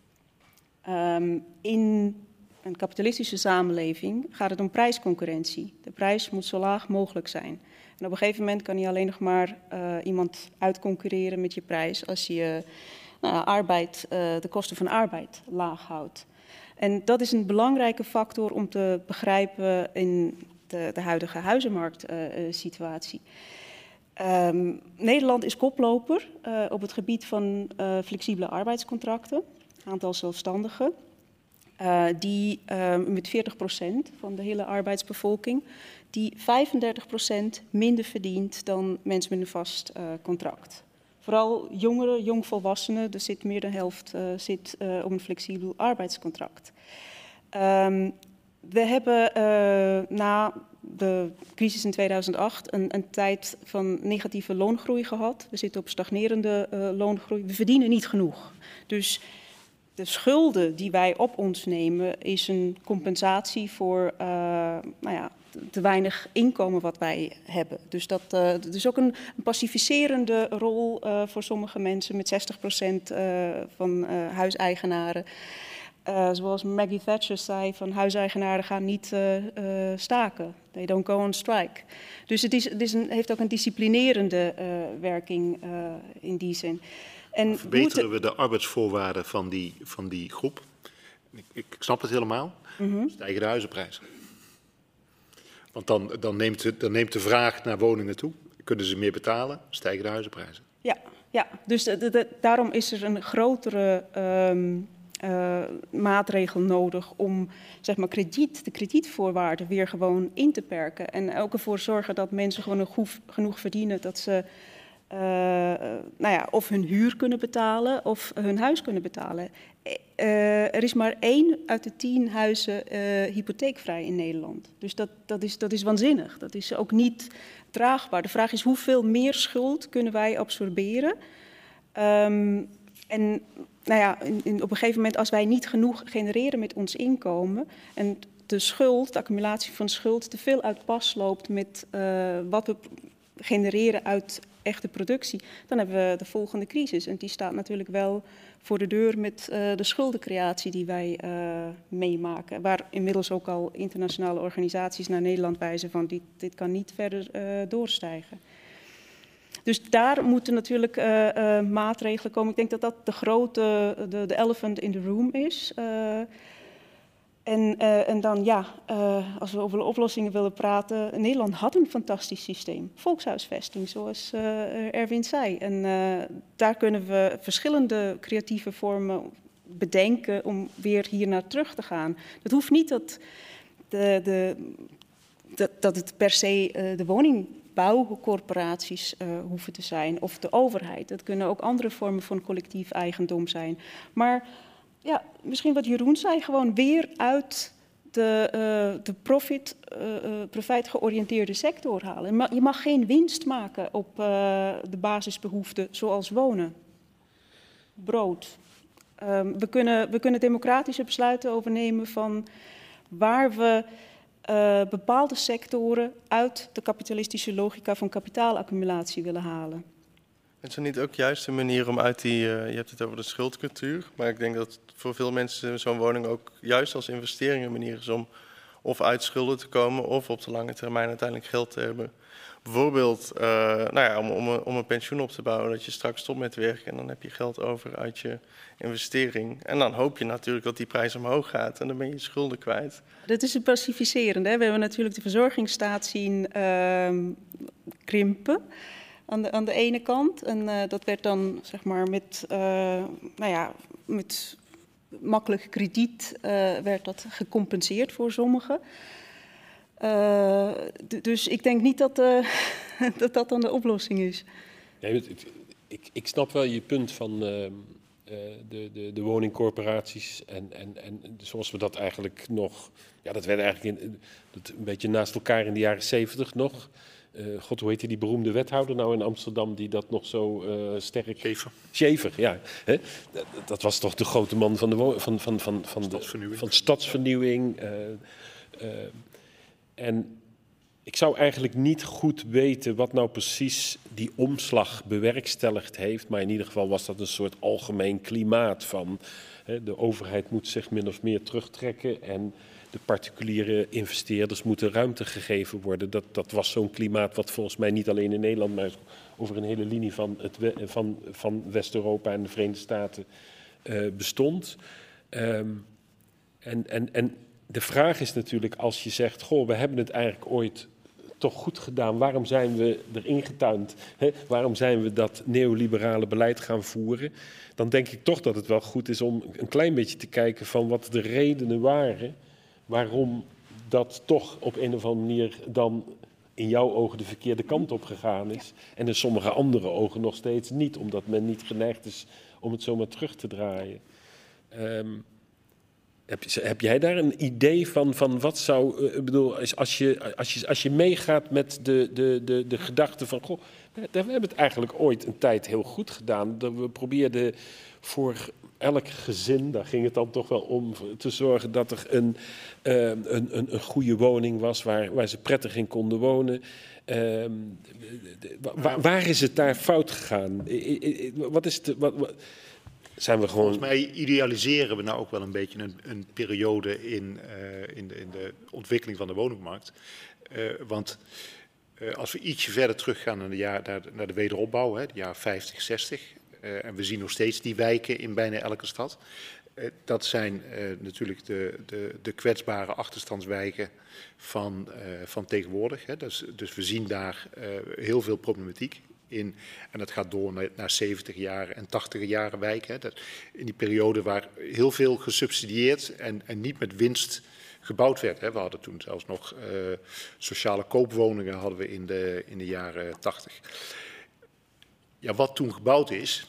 In een kapitalistische samenleving gaat het om prijsconcurrentie. De prijs moet zo laag mogelijk zijn. En op een gegeven moment kan je alleen nog maar iemand uitconcurreren met je prijs als je de kosten van arbeid laag houdt. En dat is een belangrijke factor om te begrijpen in de huidige huizenmarktsituatie. Nederland is koploper op het gebied van flexibele arbeidscontracten. Aantal zelfstandigen, die met 40% van de hele arbeidsbevolking, die 35% minder verdient dan mensen met een vast contract. Vooral jongeren, jongvolwassenen, er zit meer dan de helft op een flexibel arbeidscontract. We hebben na de crisis in 2008 een tijd van negatieve loongroei gehad. We zitten op stagnerende loongroei. We verdienen niet genoeg. Dus de schulden die wij op ons nemen is een compensatie voor te weinig inkomen wat wij hebben. Dus dat is ook een pacificerende rol voor sommige mensen met 60% van huiseigenaren. Zoals Maggie Thatcher zei, van huiseigenaren gaan niet staken. They don't go on strike. Dus het heeft ook een disciplinerende werking in die zin. En verbeteren we de arbeidsvoorwaarden van die groep? Ik snap het helemaal. Stijgen de huizenprijzen. Want dan neemt de vraag naar woningen toe. Kunnen ze meer betalen, stijgen de huizenprijzen. Ja. Dus daarom is er een grotere maatregel nodig om zeg maar, de kredietvoorwaarden weer gewoon in te perken. En ook ervoor zorgen dat mensen gewoon genoeg verdienen dat ze of hun huur kunnen betalen of hun huis kunnen betalen. Er is maar 1 uit de 10 huizen hypotheekvrij in Nederland. Dus dat is waanzinnig. Dat is ook niet draagbaar. De vraag is hoeveel meer schuld kunnen wij absorberen? Op een gegeven moment als wij niet genoeg genereren met ons inkomen en de accumulatie van schuld te veel uit pas loopt met wat we genereren uit echte productie, dan hebben we de volgende crisis. En die staat natuurlijk wel voor de deur met de schuldencreatie die wij meemaken. Waar inmiddels ook al internationale organisaties naar Nederland wijzen van dit kan niet verder doorstijgen. Dus daar moeten natuurlijk maatregelen komen. Ik denk dat dat de elephant in the room is. En dan als we over oplossingen willen praten, Nederland had een fantastisch systeem. Volkshuisvesting, zoals Erwin zei. En daar kunnen we verschillende creatieve vormen bedenken om weer hier naar terug te gaan. Het hoeft niet dat het per se de woningbouwcorporaties hoeven te zijn of de overheid. Het kunnen ook andere vormen van collectief eigendom zijn. Maar ja, misschien wat Jeroen zei, gewoon weer uit de profijtgeoriënteerde sector halen. Je mag geen winst maken op de basisbehoeften zoals wonen, brood. We kunnen democratische besluiten overnemen van waar we bepaalde sectoren uit de kapitalistische logica van kapitaalaccumulatie willen halen. Is er niet ook juist een manier om uit die... je hebt het over de schuldcultuur, maar ik denk dat voor veel mensen zo'n woning ook juist als investering een manier is om of uit schulden te komen of op de lange termijn uiteindelijk geld te hebben. Bijvoorbeeld om een pensioen op te bouwen, dat je straks stopt met werken en dan heb je geld over uit je investering. En dan hoop je natuurlijk dat die prijs omhoog gaat en dan ben je schulden kwijt. Dat is het pacificerende. Hè? We hebben natuurlijk de verzorgingsstaat zien krimpen aan de ene kant. En dat werd dan zeg maar met makkelijk krediet werd dat gecompenseerd voor sommigen. Dus ik denk niet dat dat dan de oplossing is. Nee, ik snap wel je punt van de woningcorporaties en zoals we dat eigenlijk nog... Ja, dat werd eigenlijk een beetje naast elkaar in de jaren 70 nog. God, hoe heette die beroemde wethouder nou in Amsterdam die dat nog zo sterk... Schäfer, ja. Hè? Dat was toch de grote man van stadsvernieuwing. En ik zou eigenlijk niet goed weten wat nou precies die omslag bewerkstelligd heeft. Maar in ieder geval was dat een soort algemeen klimaat van... de overheid moet zich min of meer terugtrekken en de particuliere investeerders moeten ruimte gegeven worden. Dat was zo'n klimaat wat volgens mij niet alleen in Nederland, maar over een hele linie van West-Europa en de Verenigde Staten bestond. En de vraag is natuurlijk, als je zegt, goh, we hebben het eigenlijk ooit toch goed gedaan. Waarom zijn we erin getuind? Hè? Waarom zijn we dat neoliberale beleid gaan voeren? Dan denk ik toch dat het wel goed is om een klein beetje te kijken van wat de redenen waren waarom dat toch op een of andere manier dan in jouw ogen de verkeerde kant op gegaan is. En in sommige andere ogen nog steeds niet, omdat men niet geneigd is om het zomaar terug te draaien. Heb jij daar een idee van wat zou... Ik bedoel, als je meegaat met de gedachte van... Goh, we hebben het eigenlijk ooit een tijd heel goed gedaan. We probeerden voor elk gezin, daar ging het dan toch wel om... te zorgen dat er een goede woning was waar ze prettig in konden wonen. Waar is het daar fout gegaan? Wat is zijn we gewoon... Volgens mij idealiseren we nou ook wel een beetje een periode in de ontwikkeling van de woningmarkt. Want als we ietsje verder teruggaan naar de wederopbouw, de jaren 50, 60... en we zien nog steeds die wijken in bijna elke stad. Dat zijn natuurlijk de kwetsbare achterstandswijken van tegenwoordig. Hè. Dus we zien daar heel veel problematiek in. En dat gaat door naar 70 jaren en 80 jaren wijken. Hè. In die periode waar heel veel gesubsidieerd en niet met winst gebouwd werd. Hè. We hadden toen zelfs nog sociale koopwoningen hadden we in de jaren 80. Ja, wat toen gebouwd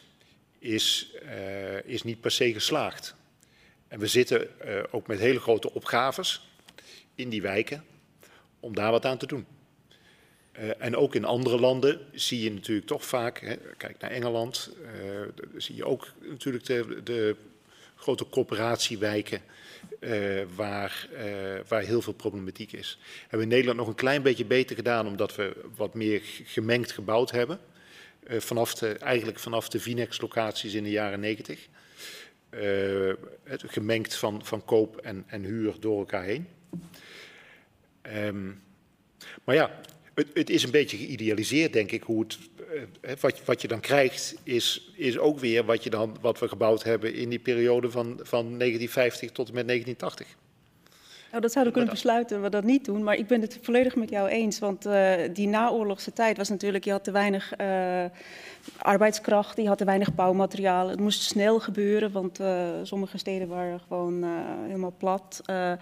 is niet per se geslaagd. En we zitten ook met hele grote opgaves in die wijken om daar wat aan te doen. En ook in andere landen zie je natuurlijk toch vaak, hè, kijk naar Engeland, zie je ook natuurlijk de grote corporatiewijken waar heel veel problematiek is. Hebben we in Nederland nog een klein beetje beter gedaan omdat we wat meer gemengd gebouwd hebben. Eigenlijk vanaf de Vinex-locaties in de jaren 90. Gemengd van koop en huur door elkaar heen. Maar ja, het is een beetje geïdealiseerd, denk ik. Hoe wat je dan krijgt, is ook weer wat we gebouwd hebben in die periode van 1950 tot en met 1980. Nou, dat zouden we kunnen besluiten, we dat niet doen. Maar ik ben het volledig met jou eens. Want die naoorlogse tijd was natuurlijk... Je had te weinig arbeidskracht, je had te weinig bouwmateriaal. Het moest snel gebeuren, want sommige steden waren gewoon helemaal plat.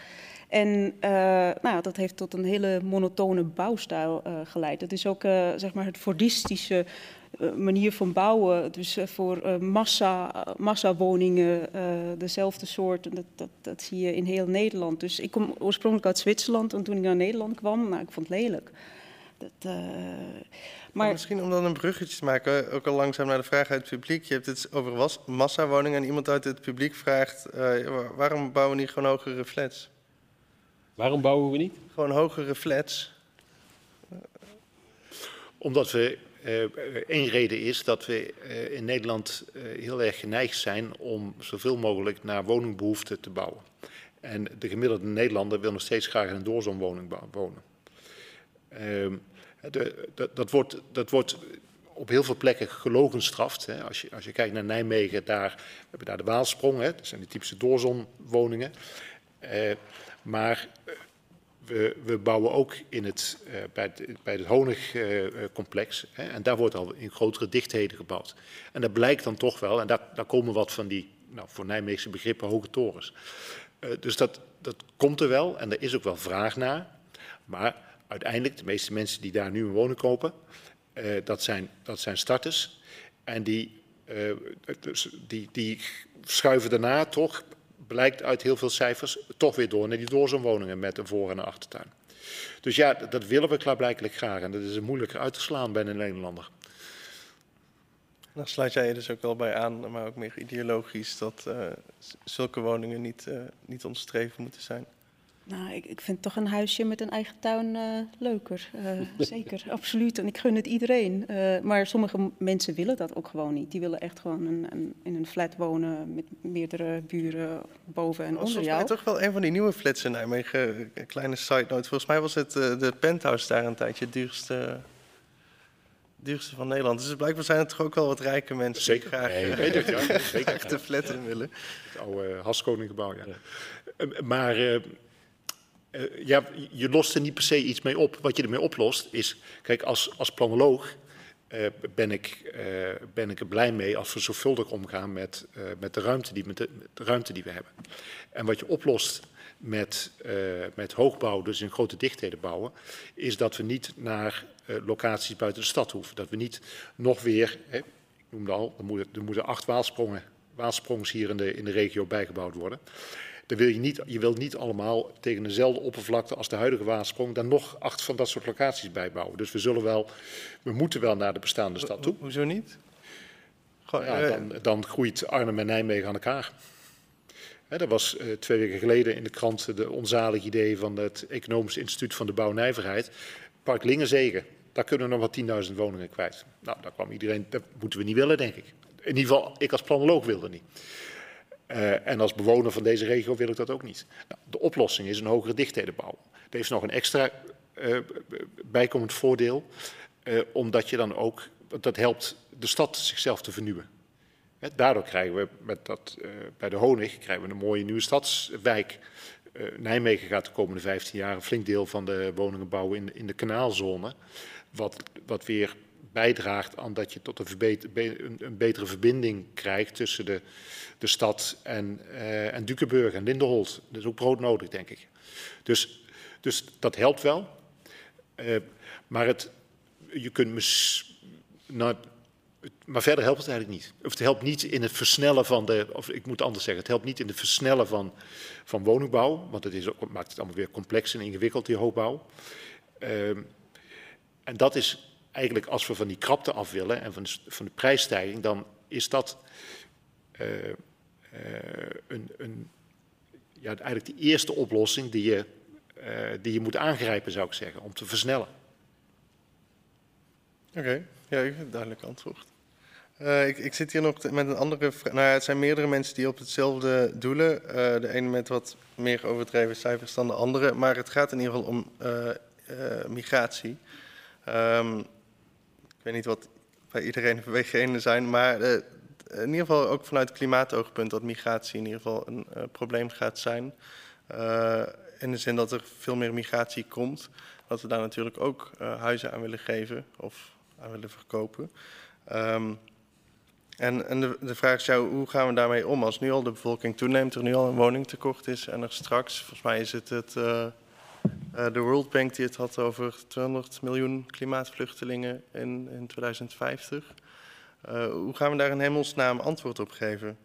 Dat heeft tot een hele monotone bouwstijl geleid. Het is ook zeg maar het Fordistische manier van bouwen. Dus voor massawoningen dezelfde soort. Dat zie je in heel Nederland. Dus ik kom oorspronkelijk uit Zwitserland. En toen ik naar Nederland kwam, ik vond het lelijk. Maar misschien om dan een bruggetje te maken, ook al langzaam naar de vraag uit het publiek. Je hebt het over massawoningen en iemand uit het publiek vraagt... waarom bouwen we niet gewoon hogere flats? Waarom bouwen we niet? Gewoon hogere flats. Omdat we één reden is dat we in Nederland heel erg geneigd zijn om zoveel mogelijk naar woningbehoeften te bouwen. En de gemiddelde Nederlander wil nog steeds graag in een doorzoomwoning wonen. Dat wordt op heel veel plekken gelogenstraft. Hè. Als je kijkt naar Nijmegen, we hebben daar de Waalsprong, hè. Dat zijn de typische doorzoomwoningen. Maar we bouwen ook bij het Honigcomplex. En daar wordt al in grotere dichtheden gebouwd. En dat blijkt dan toch wel, en daar komen wat van die, voor Nijmeegse begrippen, hoge torens. Dus dat komt er wel en er is ook wel vraag naar. Maar uiteindelijk, de meeste mensen die daar nu een woning kopen, dat zijn starters. En die schuiven daarna toch, blijkt uit heel veel cijfers, toch weer door naar die doorzoomwoningen met een voor- en een achtertuin. Dus ja, dat willen we klaarblijkelijk graag. En dat is moeilijker uit te slaan bij een Nederlander. Dan sluit jij je dus ook wel bij aan, maar ook meer ideologisch, dat zulke woningen niet ons streven moeten zijn. Nou, ik vind toch een huisje met een eigen tuin leuker. Zeker, absoluut. En ik gun het iedereen. Maar sommige mensen willen dat ook gewoon niet. Die willen echt gewoon in een flat wonen met meerdere buren boven en onder jou. Volgens mij toch wel een van die nieuwe flats in Nijmegen. Een kleine side note. Volgens mij was het de penthouse daar een tijdje het duurste van Nederland. Dus blijkbaar zijn er toch ook wel wat rijke mensen Zeker. die graag, Zeker. de flat in willen. Het oude Haskoninggebouw, ja. Maar je lost er niet per se iets mee op. Wat je ermee oplost is, kijk, als planoloog ben ik er blij mee als we zorgvuldig omgaan met de ruimte die we hebben. En wat je oplost met hoogbouw, dus in grote dichtheden bouwen, is dat we niet naar locaties buiten de stad hoeven. Dat we niet nog weer, ik noemde al, er moeten 8 Waalsprongs hier in de regio bijgebouwd worden. Je wilt niet allemaal tegen dezelfde oppervlakte als de huidige Waalsprong dan nog 8 van dat soort locaties bijbouwen. Dus we moeten wel naar de bestaande stad toe. Hoezo niet? Dan groeit Arnhem en Nijmegen aan elkaar. Er was 2 weken geleden in de krant de onzalig idee van het Economisch Instituut van de Bouw-Nijverheid. Park Lingenzegen, daar kunnen we nog wat 10.000 woningen kwijt. Nou, daar kwam iedereen, dat moeten we niet willen, denk ik. In ieder geval, ik als planoloog wilde niet. En als bewoner van deze regio wil ik dat ook niet. Nou, de oplossing is een hogere dichtheden bouwen. Er is nog een extra bijkomend voordeel, omdat je dan ook, dat helpt de stad zichzelf te vernieuwen. Daardoor krijgen we bij de Honig krijgen we een mooie nieuwe stadswijk. Nijmegen gaat de komende 15 jaar een flink deel van de woningen bouwen in de kanaalzone. Wat weer bijdraagt aan dat je tot een betere verbinding krijgt tussen de stad en Dukenburg en Lindenholt. Dat is ook broodnodig, denk ik. Dus dat helpt wel. Maar je kunt maar verder helpt het eigenlijk niet. Of het helpt niet in het versnellen of ik moet anders zeggen, het helpt niet in het versnellen van woningbouw, want het maakt het allemaal weer complex en ingewikkeld, die hoogbouw. En dat is eigenlijk, als we van die krapte af willen en van de prijsstijging, dan is dat eigenlijk de eerste oplossing die je moet aangrijpen, zou ik zeggen, om te versnellen. Oké, ja, duidelijk antwoord. Ik zit hier nog met een andere vraag. Nou ja, het zijn meerdere mensen die op hetzelfde doelen. De ene met wat meer overdreven cijfers dan de andere. Maar het gaat in ieder geval om migratie. Ik weet niet wat bij iedereen de beweegredenen zijn. Maar in ieder geval ook vanuit klimaatoogpunt dat migratie in ieder geval een probleem gaat zijn. In de zin dat er veel meer migratie komt. Dat we daar natuurlijk ook huizen aan willen geven of aan willen verkopen. En de vraag is jou, hoe gaan we daarmee om? Als nu al de bevolking toeneemt, er nu al een woningtekort is en er straks, volgens mij is het de World Bank die het had over 200 miljoen klimaatvluchtelingen in 2050. Hoe gaan we daar in hemelsnaam antwoord op geven?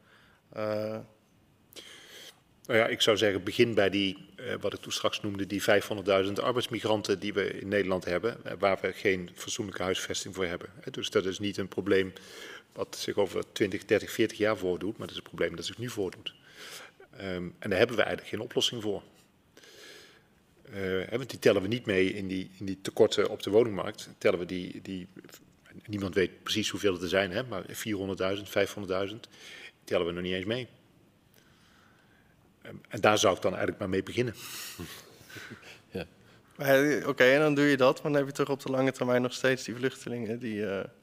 Nou ja, ik zou zeggen, begin bij wat ik toen straks noemde, die 500.000 arbeidsmigranten die we in Nederland hebben, waar we geen fatsoenlijke huisvesting voor hebben. Dus dat is niet een probleem wat zich over 20, 30, 40 jaar voordoet, maar dat is een probleem dat zich nu voordoet. En daar hebben we eigenlijk geen oplossing voor. Want die tellen we niet mee in die tekorten op de woningmarkt. Tellen we Niemand weet precies hoeveel het er zijn, hè, maar 400.000, 500.000 tellen we nog niet eens mee. En daar zou ik dan eigenlijk maar mee beginnen. Ja. Oké, en dan doe je dat, maar dan heb je toch op de lange termijn nog steeds die vluchtelingen die...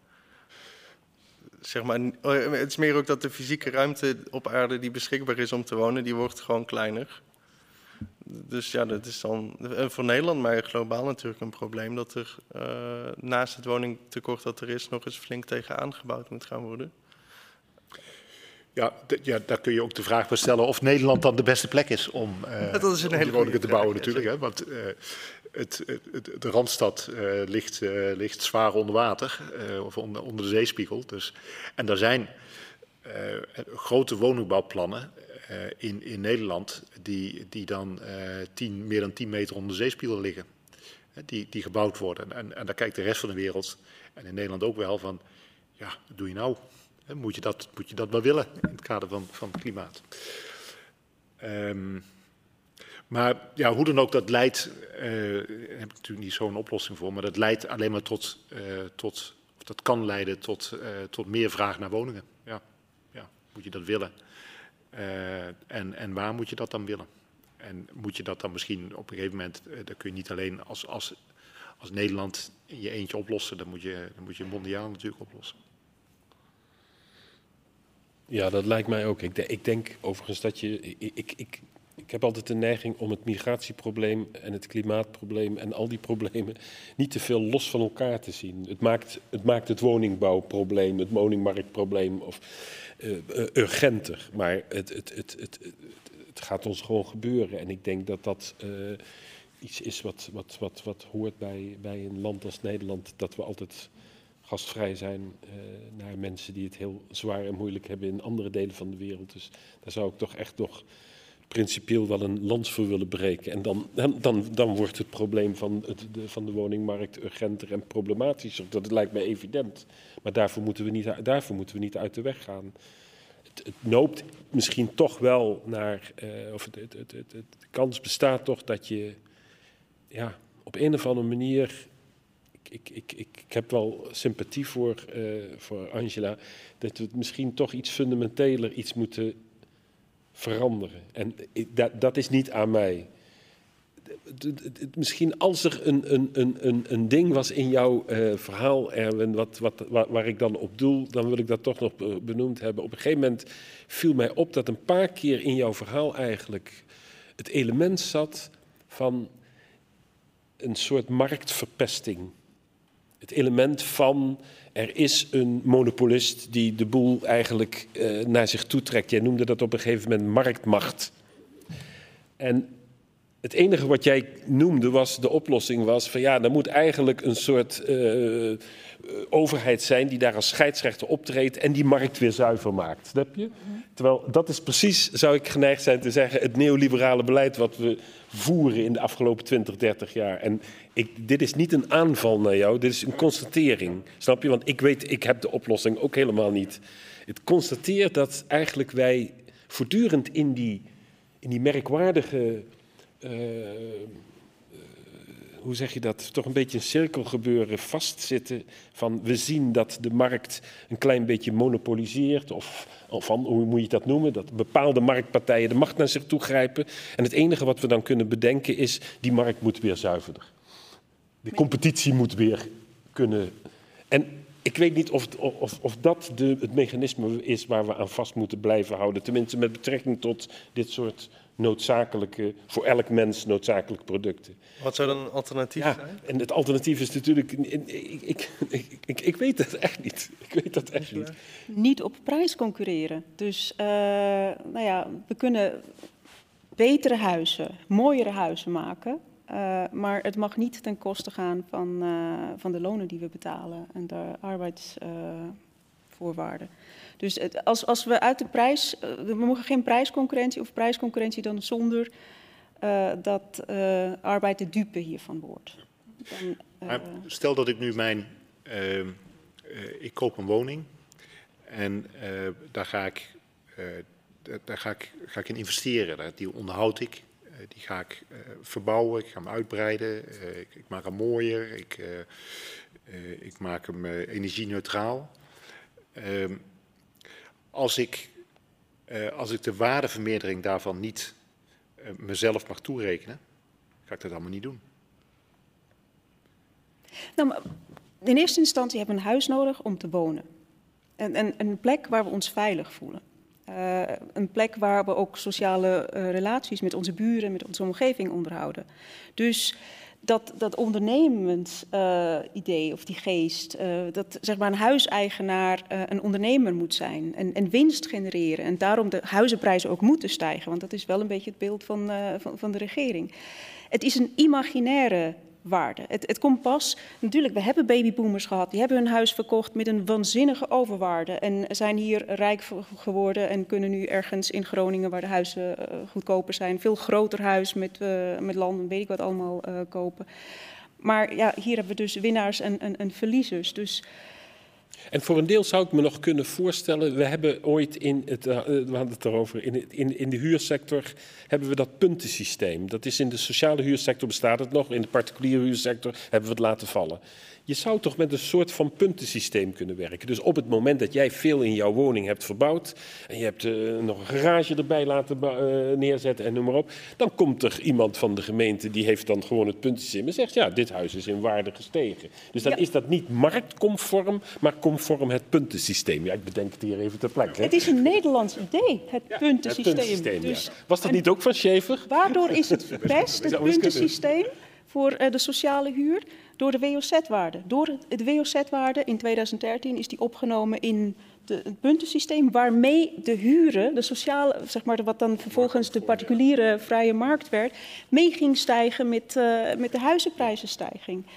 zeg maar, het is meer ook dat de fysieke ruimte op aarde die beschikbaar is om te wonen, die wordt gewoon kleiner. Dus ja, dat is dan voor Nederland, maar globaal natuurlijk een probleem dat er naast het woningtekort dat er is nog eens flink tegen aangebouwd moet gaan worden. Ja, daar kun je ook de vraag bij stellen of Nederland dan de beste plek is om dat is een hele woningen te bouwen vraag, natuurlijk. Hè? Want de Randstad ligt zwaar onder water, of onder de zeespiegel. Dus, en er zijn grote woningbouwplannen in Nederland die dan meer dan 10 meter onder de zeespiegel liggen. Die gebouwd worden. En daar kijkt de rest van de wereld, en in Nederland ook wel, van ja, wat doe je nou? Moet je dat wel willen in het kader van het klimaat? Maar ja, hoe dan ook, dat leidt, daar heb ik natuurlijk niet zo'n oplossing voor, maar dat leidt alleen maar of dat kan leiden tot meer vraag naar woningen. Ja, moet je dat willen? En waar moet je dat dan willen? En moet je dat dan misschien op een gegeven moment, dat kun je niet alleen als Nederland in je eentje oplossen, dan moet je mondiaal natuurlijk oplossen. Ja, dat lijkt mij ook. Ik denk overigens dat ik heb altijd de neiging om het migratieprobleem en het klimaatprobleem en al die problemen niet te veel los van elkaar te zien. Het maakt het woningbouwprobleem, het woningmarktprobleem urgenter. Maar het gaat ons gewoon gebeuren. En ik denk dat dat iets is wat hoort bij een land als Nederland, dat we altijd gastvrij zijn naar mensen die het heel zwaar en moeilijk hebben in andere delen van de wereld. Dus daar zou ik toch echt nog principieel wel een lans voor willen breken. En dan wordt het probleem van de woningmarkt urgenter en problematischer. Dat lijkt mij evident. Maar daarvoor moeten we niet uit de weg gaan. Het noopt misschien toch wel naar, de kans bestaat toch dat je op een of andere manier... Ik heb wel sympathie voor Angela, dat we misschien toch iets fundamenteler iets moeten veranderen. En dat is niet aan mij. Misschien als er een ding was in jouw verhaal, Erwin, waar ik dan op doel, dan wil ik dat toch nog benoemd hebben. Op een gegeven moment viel mij op dat een paar keer in jouw verhaal eigenlijk het element zat van een soort marktverpesting. Het element van, er is een monopolist die de boel eigenlijk naar zich toe trekt. Jij noemde dat op een gegeven moment marktmacht. En het enige wat jij noemde de oplossing was van er moet eigenlijk een soort overheid zijn die daar als scheidsrechter optreedt en die markt weer zuiver maakt. Snap je? Terwijl dat is precies, zou ik geneigd zijn te zeggen, het neoliberale beleid wat we voeren in de afgelopen 20, 30 jaar. En dit is niet een aanval naar jou, dit is een constatering. Snap je? Want ik weet, ik heb de oplossing ook helemaal niet. Het constateert dat eigenlijk wij voortdurend in die merkwaardige... hoe zeg je dat, toch een beetje een cirkelgebeuren vastzitten van we zien dat de markt een klein beetje monopoliseert of van, hoe moet je dat noemen, dat bepaalde marktpartijen de macht naar zich toe grijpen. En het enige wat we dan kunnen bedenken is, die markt moet weer zuiverder. De competitie moet weer kunnen. En ik weet niet of dat het mechanisme is waar we aan vast moeten blijven houden. Tenminste met betrekking tot dit soort noodzakelijke, voor elk mens noodzakelijke producten. Wat zou dan een alternatief zijn? En het alternatief is natuurlijk... Ik weet dat echt niet. Niet op prijs concurreren. Dus we kunnen betere huizen, mooiere huizen maken. Maar het mag niet ten koste gaan van de lonen die we betalen en de arbeidsvoorwaarden. Dus als we uit de prijs... we mogen geen prijsconcurrentie of prijsconcurrentie dan zonder dat arbeid de dupe hiervan wordt. Maar stel dat ik nu ik koop een woning en daar ga ik in investeren. Die onderhoud ik Die ga ik verbouwen, ik ga hem uitbreiden, ik maak hem mooier, ik maak hem energie-neutraal. Als ik de waardevermeerdering daarvan niet mezelf mag toerekenen, ga ik dat allemaal niet doen. Nou, maar in eerste instantie hebben we een huis nodig om te wonen. Een plek waar we ons veilig voelen. Een plek waar we ook sociale relaties met onze buren, met onze omgeving onderhouden. Dus dat ondernemend-idee of die geest, dat zeg maar een huiseigenaar een ondernemer moet zijn en winst genereren. En daarom de huizenprijzen ook moeten stijgen, want dat is wel een beetje het beeld van de regering. Het is een imaginaire waarde. Het komt pas, natuurlijk, we hebben babyboomers gehad, die hebben hun huis verkocht met een waanzinnige overwaarde en zijn hier rijk geworden en kunnen nu ergens in Groningen, waar de huizen goedkoper zijn, veel groter huis met land, weet ik wat allemaal, kopen. Maar ja, hier hebben we dus winnaars en verliezers. Dus En voor een deel zou ik me nog kunnen voorstellen, we hebben ooit we hadden het erover, in de huursector hebben we dat puntensysteem. Dat is in de sociale huursector bestaat het nog, in de particuliere huursector hebben we het laten vallen. Je zou toch met een soort van puntensysteem kunnen werken. Dus op het moment dat jij veel in jouw woning hebt verbouwd en je hebt nog een garage erbij laten neerzetten en noem maar op, dan komt er iemand van de gemeente die heeft dan gewoon het puntensysteem en zegt ja, dit huis is in waarde gestegen. Dus dan is dat niet marktconform, maar conform het puntensysteem. Ja, ik bedenk het hier even ter plekke. Het is een Nederlands idee, het puntensysteem. Het puntensysteem, dus, ja. Was dat niet ook van Schaefer? Waardoor is het best, het puntensysteem, voor de sociale huur? Door de WOZ-waarde. Door de WOZ-waarde in 2013 is die opgenomen in het puntensysteem waarmee de huren, de sociale, zeg maar, wat dan vervolgens de particuliere vrije markt werd, mee ging stijgen met de huizenprijzenstijging.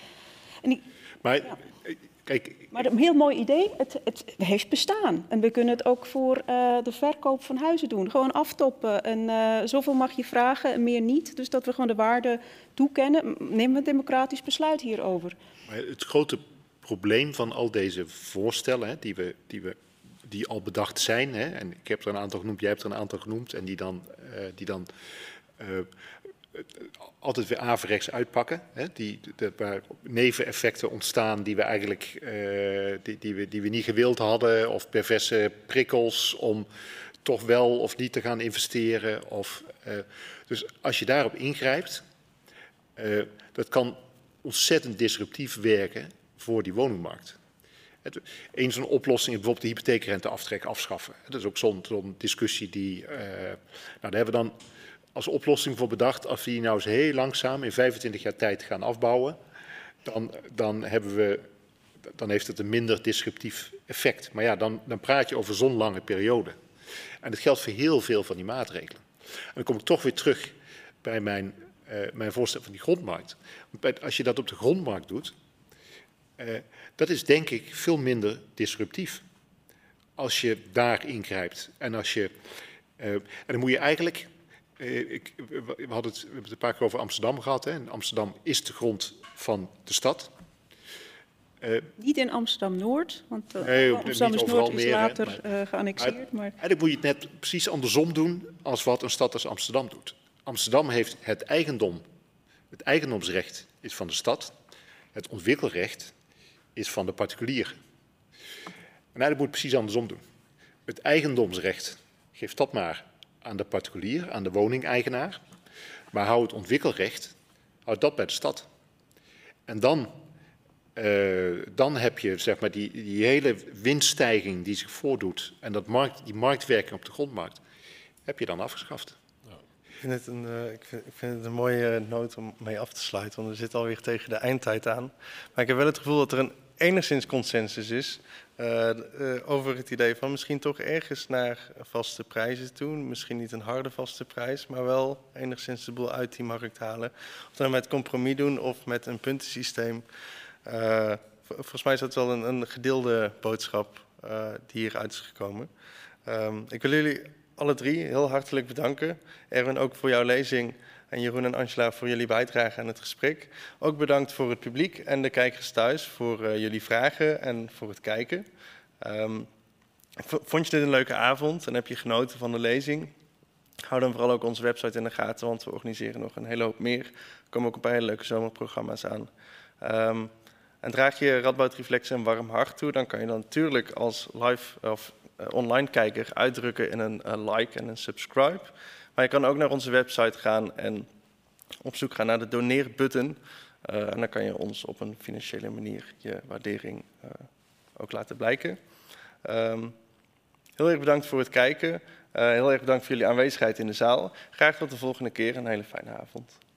Maar een heel mooi idee, het heeft bestaan. En we kunnen het ook voor de verkoop van huizen doen. Gewoon aftoppen en zoveel mag je vragen en meer niet. Dus dat we gewoon de waarde toekennen. Nemen we een democratisch besluit hierover. Maar het grote probleem van al deze voorstellen, hè, die al bedacht zijn, hè, en ik heb er een aantal genoemd, jij hebt er een aantal genoemd, en die dan altijd weer averechts uitpakken, hè, waar neveneffecten ontstaan die we eigenlijk die we niet gewild hadden, of perverse prikkels om toch wel of niet te gaan investeren. Dus als je daarop ingrijpt, dat kan ontzettend disruptief werken voor die woningmarkt. Een zo'n oplossing is bijvoorbeeld de hypotheekrenteaftrek afschaffen. Dat is ook zo'n discussie die. Daar hebben we dan als oplossing voor bedacht, als we die nou eens heel langzaam in 25 jaar tijd gaan afbouwen, dan heeft het een minder disruptief effect. Maar ja, dan praat je over zo'n lange periode. En dat geldt voor heel veel van die maatregelen. En dan kom ik toch weer terug bij mijn voorstel van die grondmarkt. Want als je dat op de grondmarkt doet, dat is denk ik veel minder disruptief. Als je daar ingrijpt en en dan moet je eigenlijk. We hebben het een paar keer over Amsterdam gehad. Hè. En Amsterdam is de grond van de stad. Niet in Amsterdam-Noord, want Amsterdam-Noord is later geannexeerd. Maar eigenlijk moet je het net precies andersom doen als wat een stad als Amsterdam doet. Amsterdam heeft het eigendom. Het eigendomsrecht is van de stad. Het ontwikkelrecht is van de particulier. En eigenlijk moet het precies andersom doen. Het eigendomsrecht, geeft dat maar aan de particulier, aan de woningeigenaar. Maar hou het ontwikkelrecht, houd dat bij de stad. En dan heb je zeg maar die hele winststijging die zich voordoet en die marktwerking op de grondmarkt, heb je dan afgeschaft. Ik vind het een mooie noot om mee af te sluiten, want we zitten alweer tegen de eindtijd aan. Maar ik heb wel het gevoel dat er een enigszins consensus is over het idee van misschien toch ergens naar vaste prijzen toe. Misschien niet een harde vaste prijs, maar wel enigszins de boel uit die markt halen. Of dan met compromis doen of met een puntensysteem. Volgens mij is dat wel een gedeelde boodschap die hieruit is gekomen. Ik wil jullie alle drie heel hartelijk bedanken. Erwin, ook voor jouw lezing. En Jeroen en Angela voor jullie bijdrage aan het gesprek. Ook bedankt voor het publiek en de kijkers thuis voor jullie vragen en voor het kijken. Vond je dit een leuke avond en heb je genoten van de lezing? hou dan vooral ook onze website in de gaten, want we organiseren nog een hele hoop meer. Er komen ook een paar hele leuke zomerprogramma's aan. En draag je Radboud Reflex een warm hart toe, dan kan je dan natuurlijk als live of online kijker uitdrukken in een like en een subscribe. Maar je kan ook naar onze website gaan en op zoek gaan naar de doneerbutton. En dan kan je ons op een financiële manier je waardering ook laten blijken. Heel erg bedankt voor het kijken. Heel erg bedankt voor jullie aanwezigheid in de zaal. Graag tot de volgende keer. Een hele fijne avond.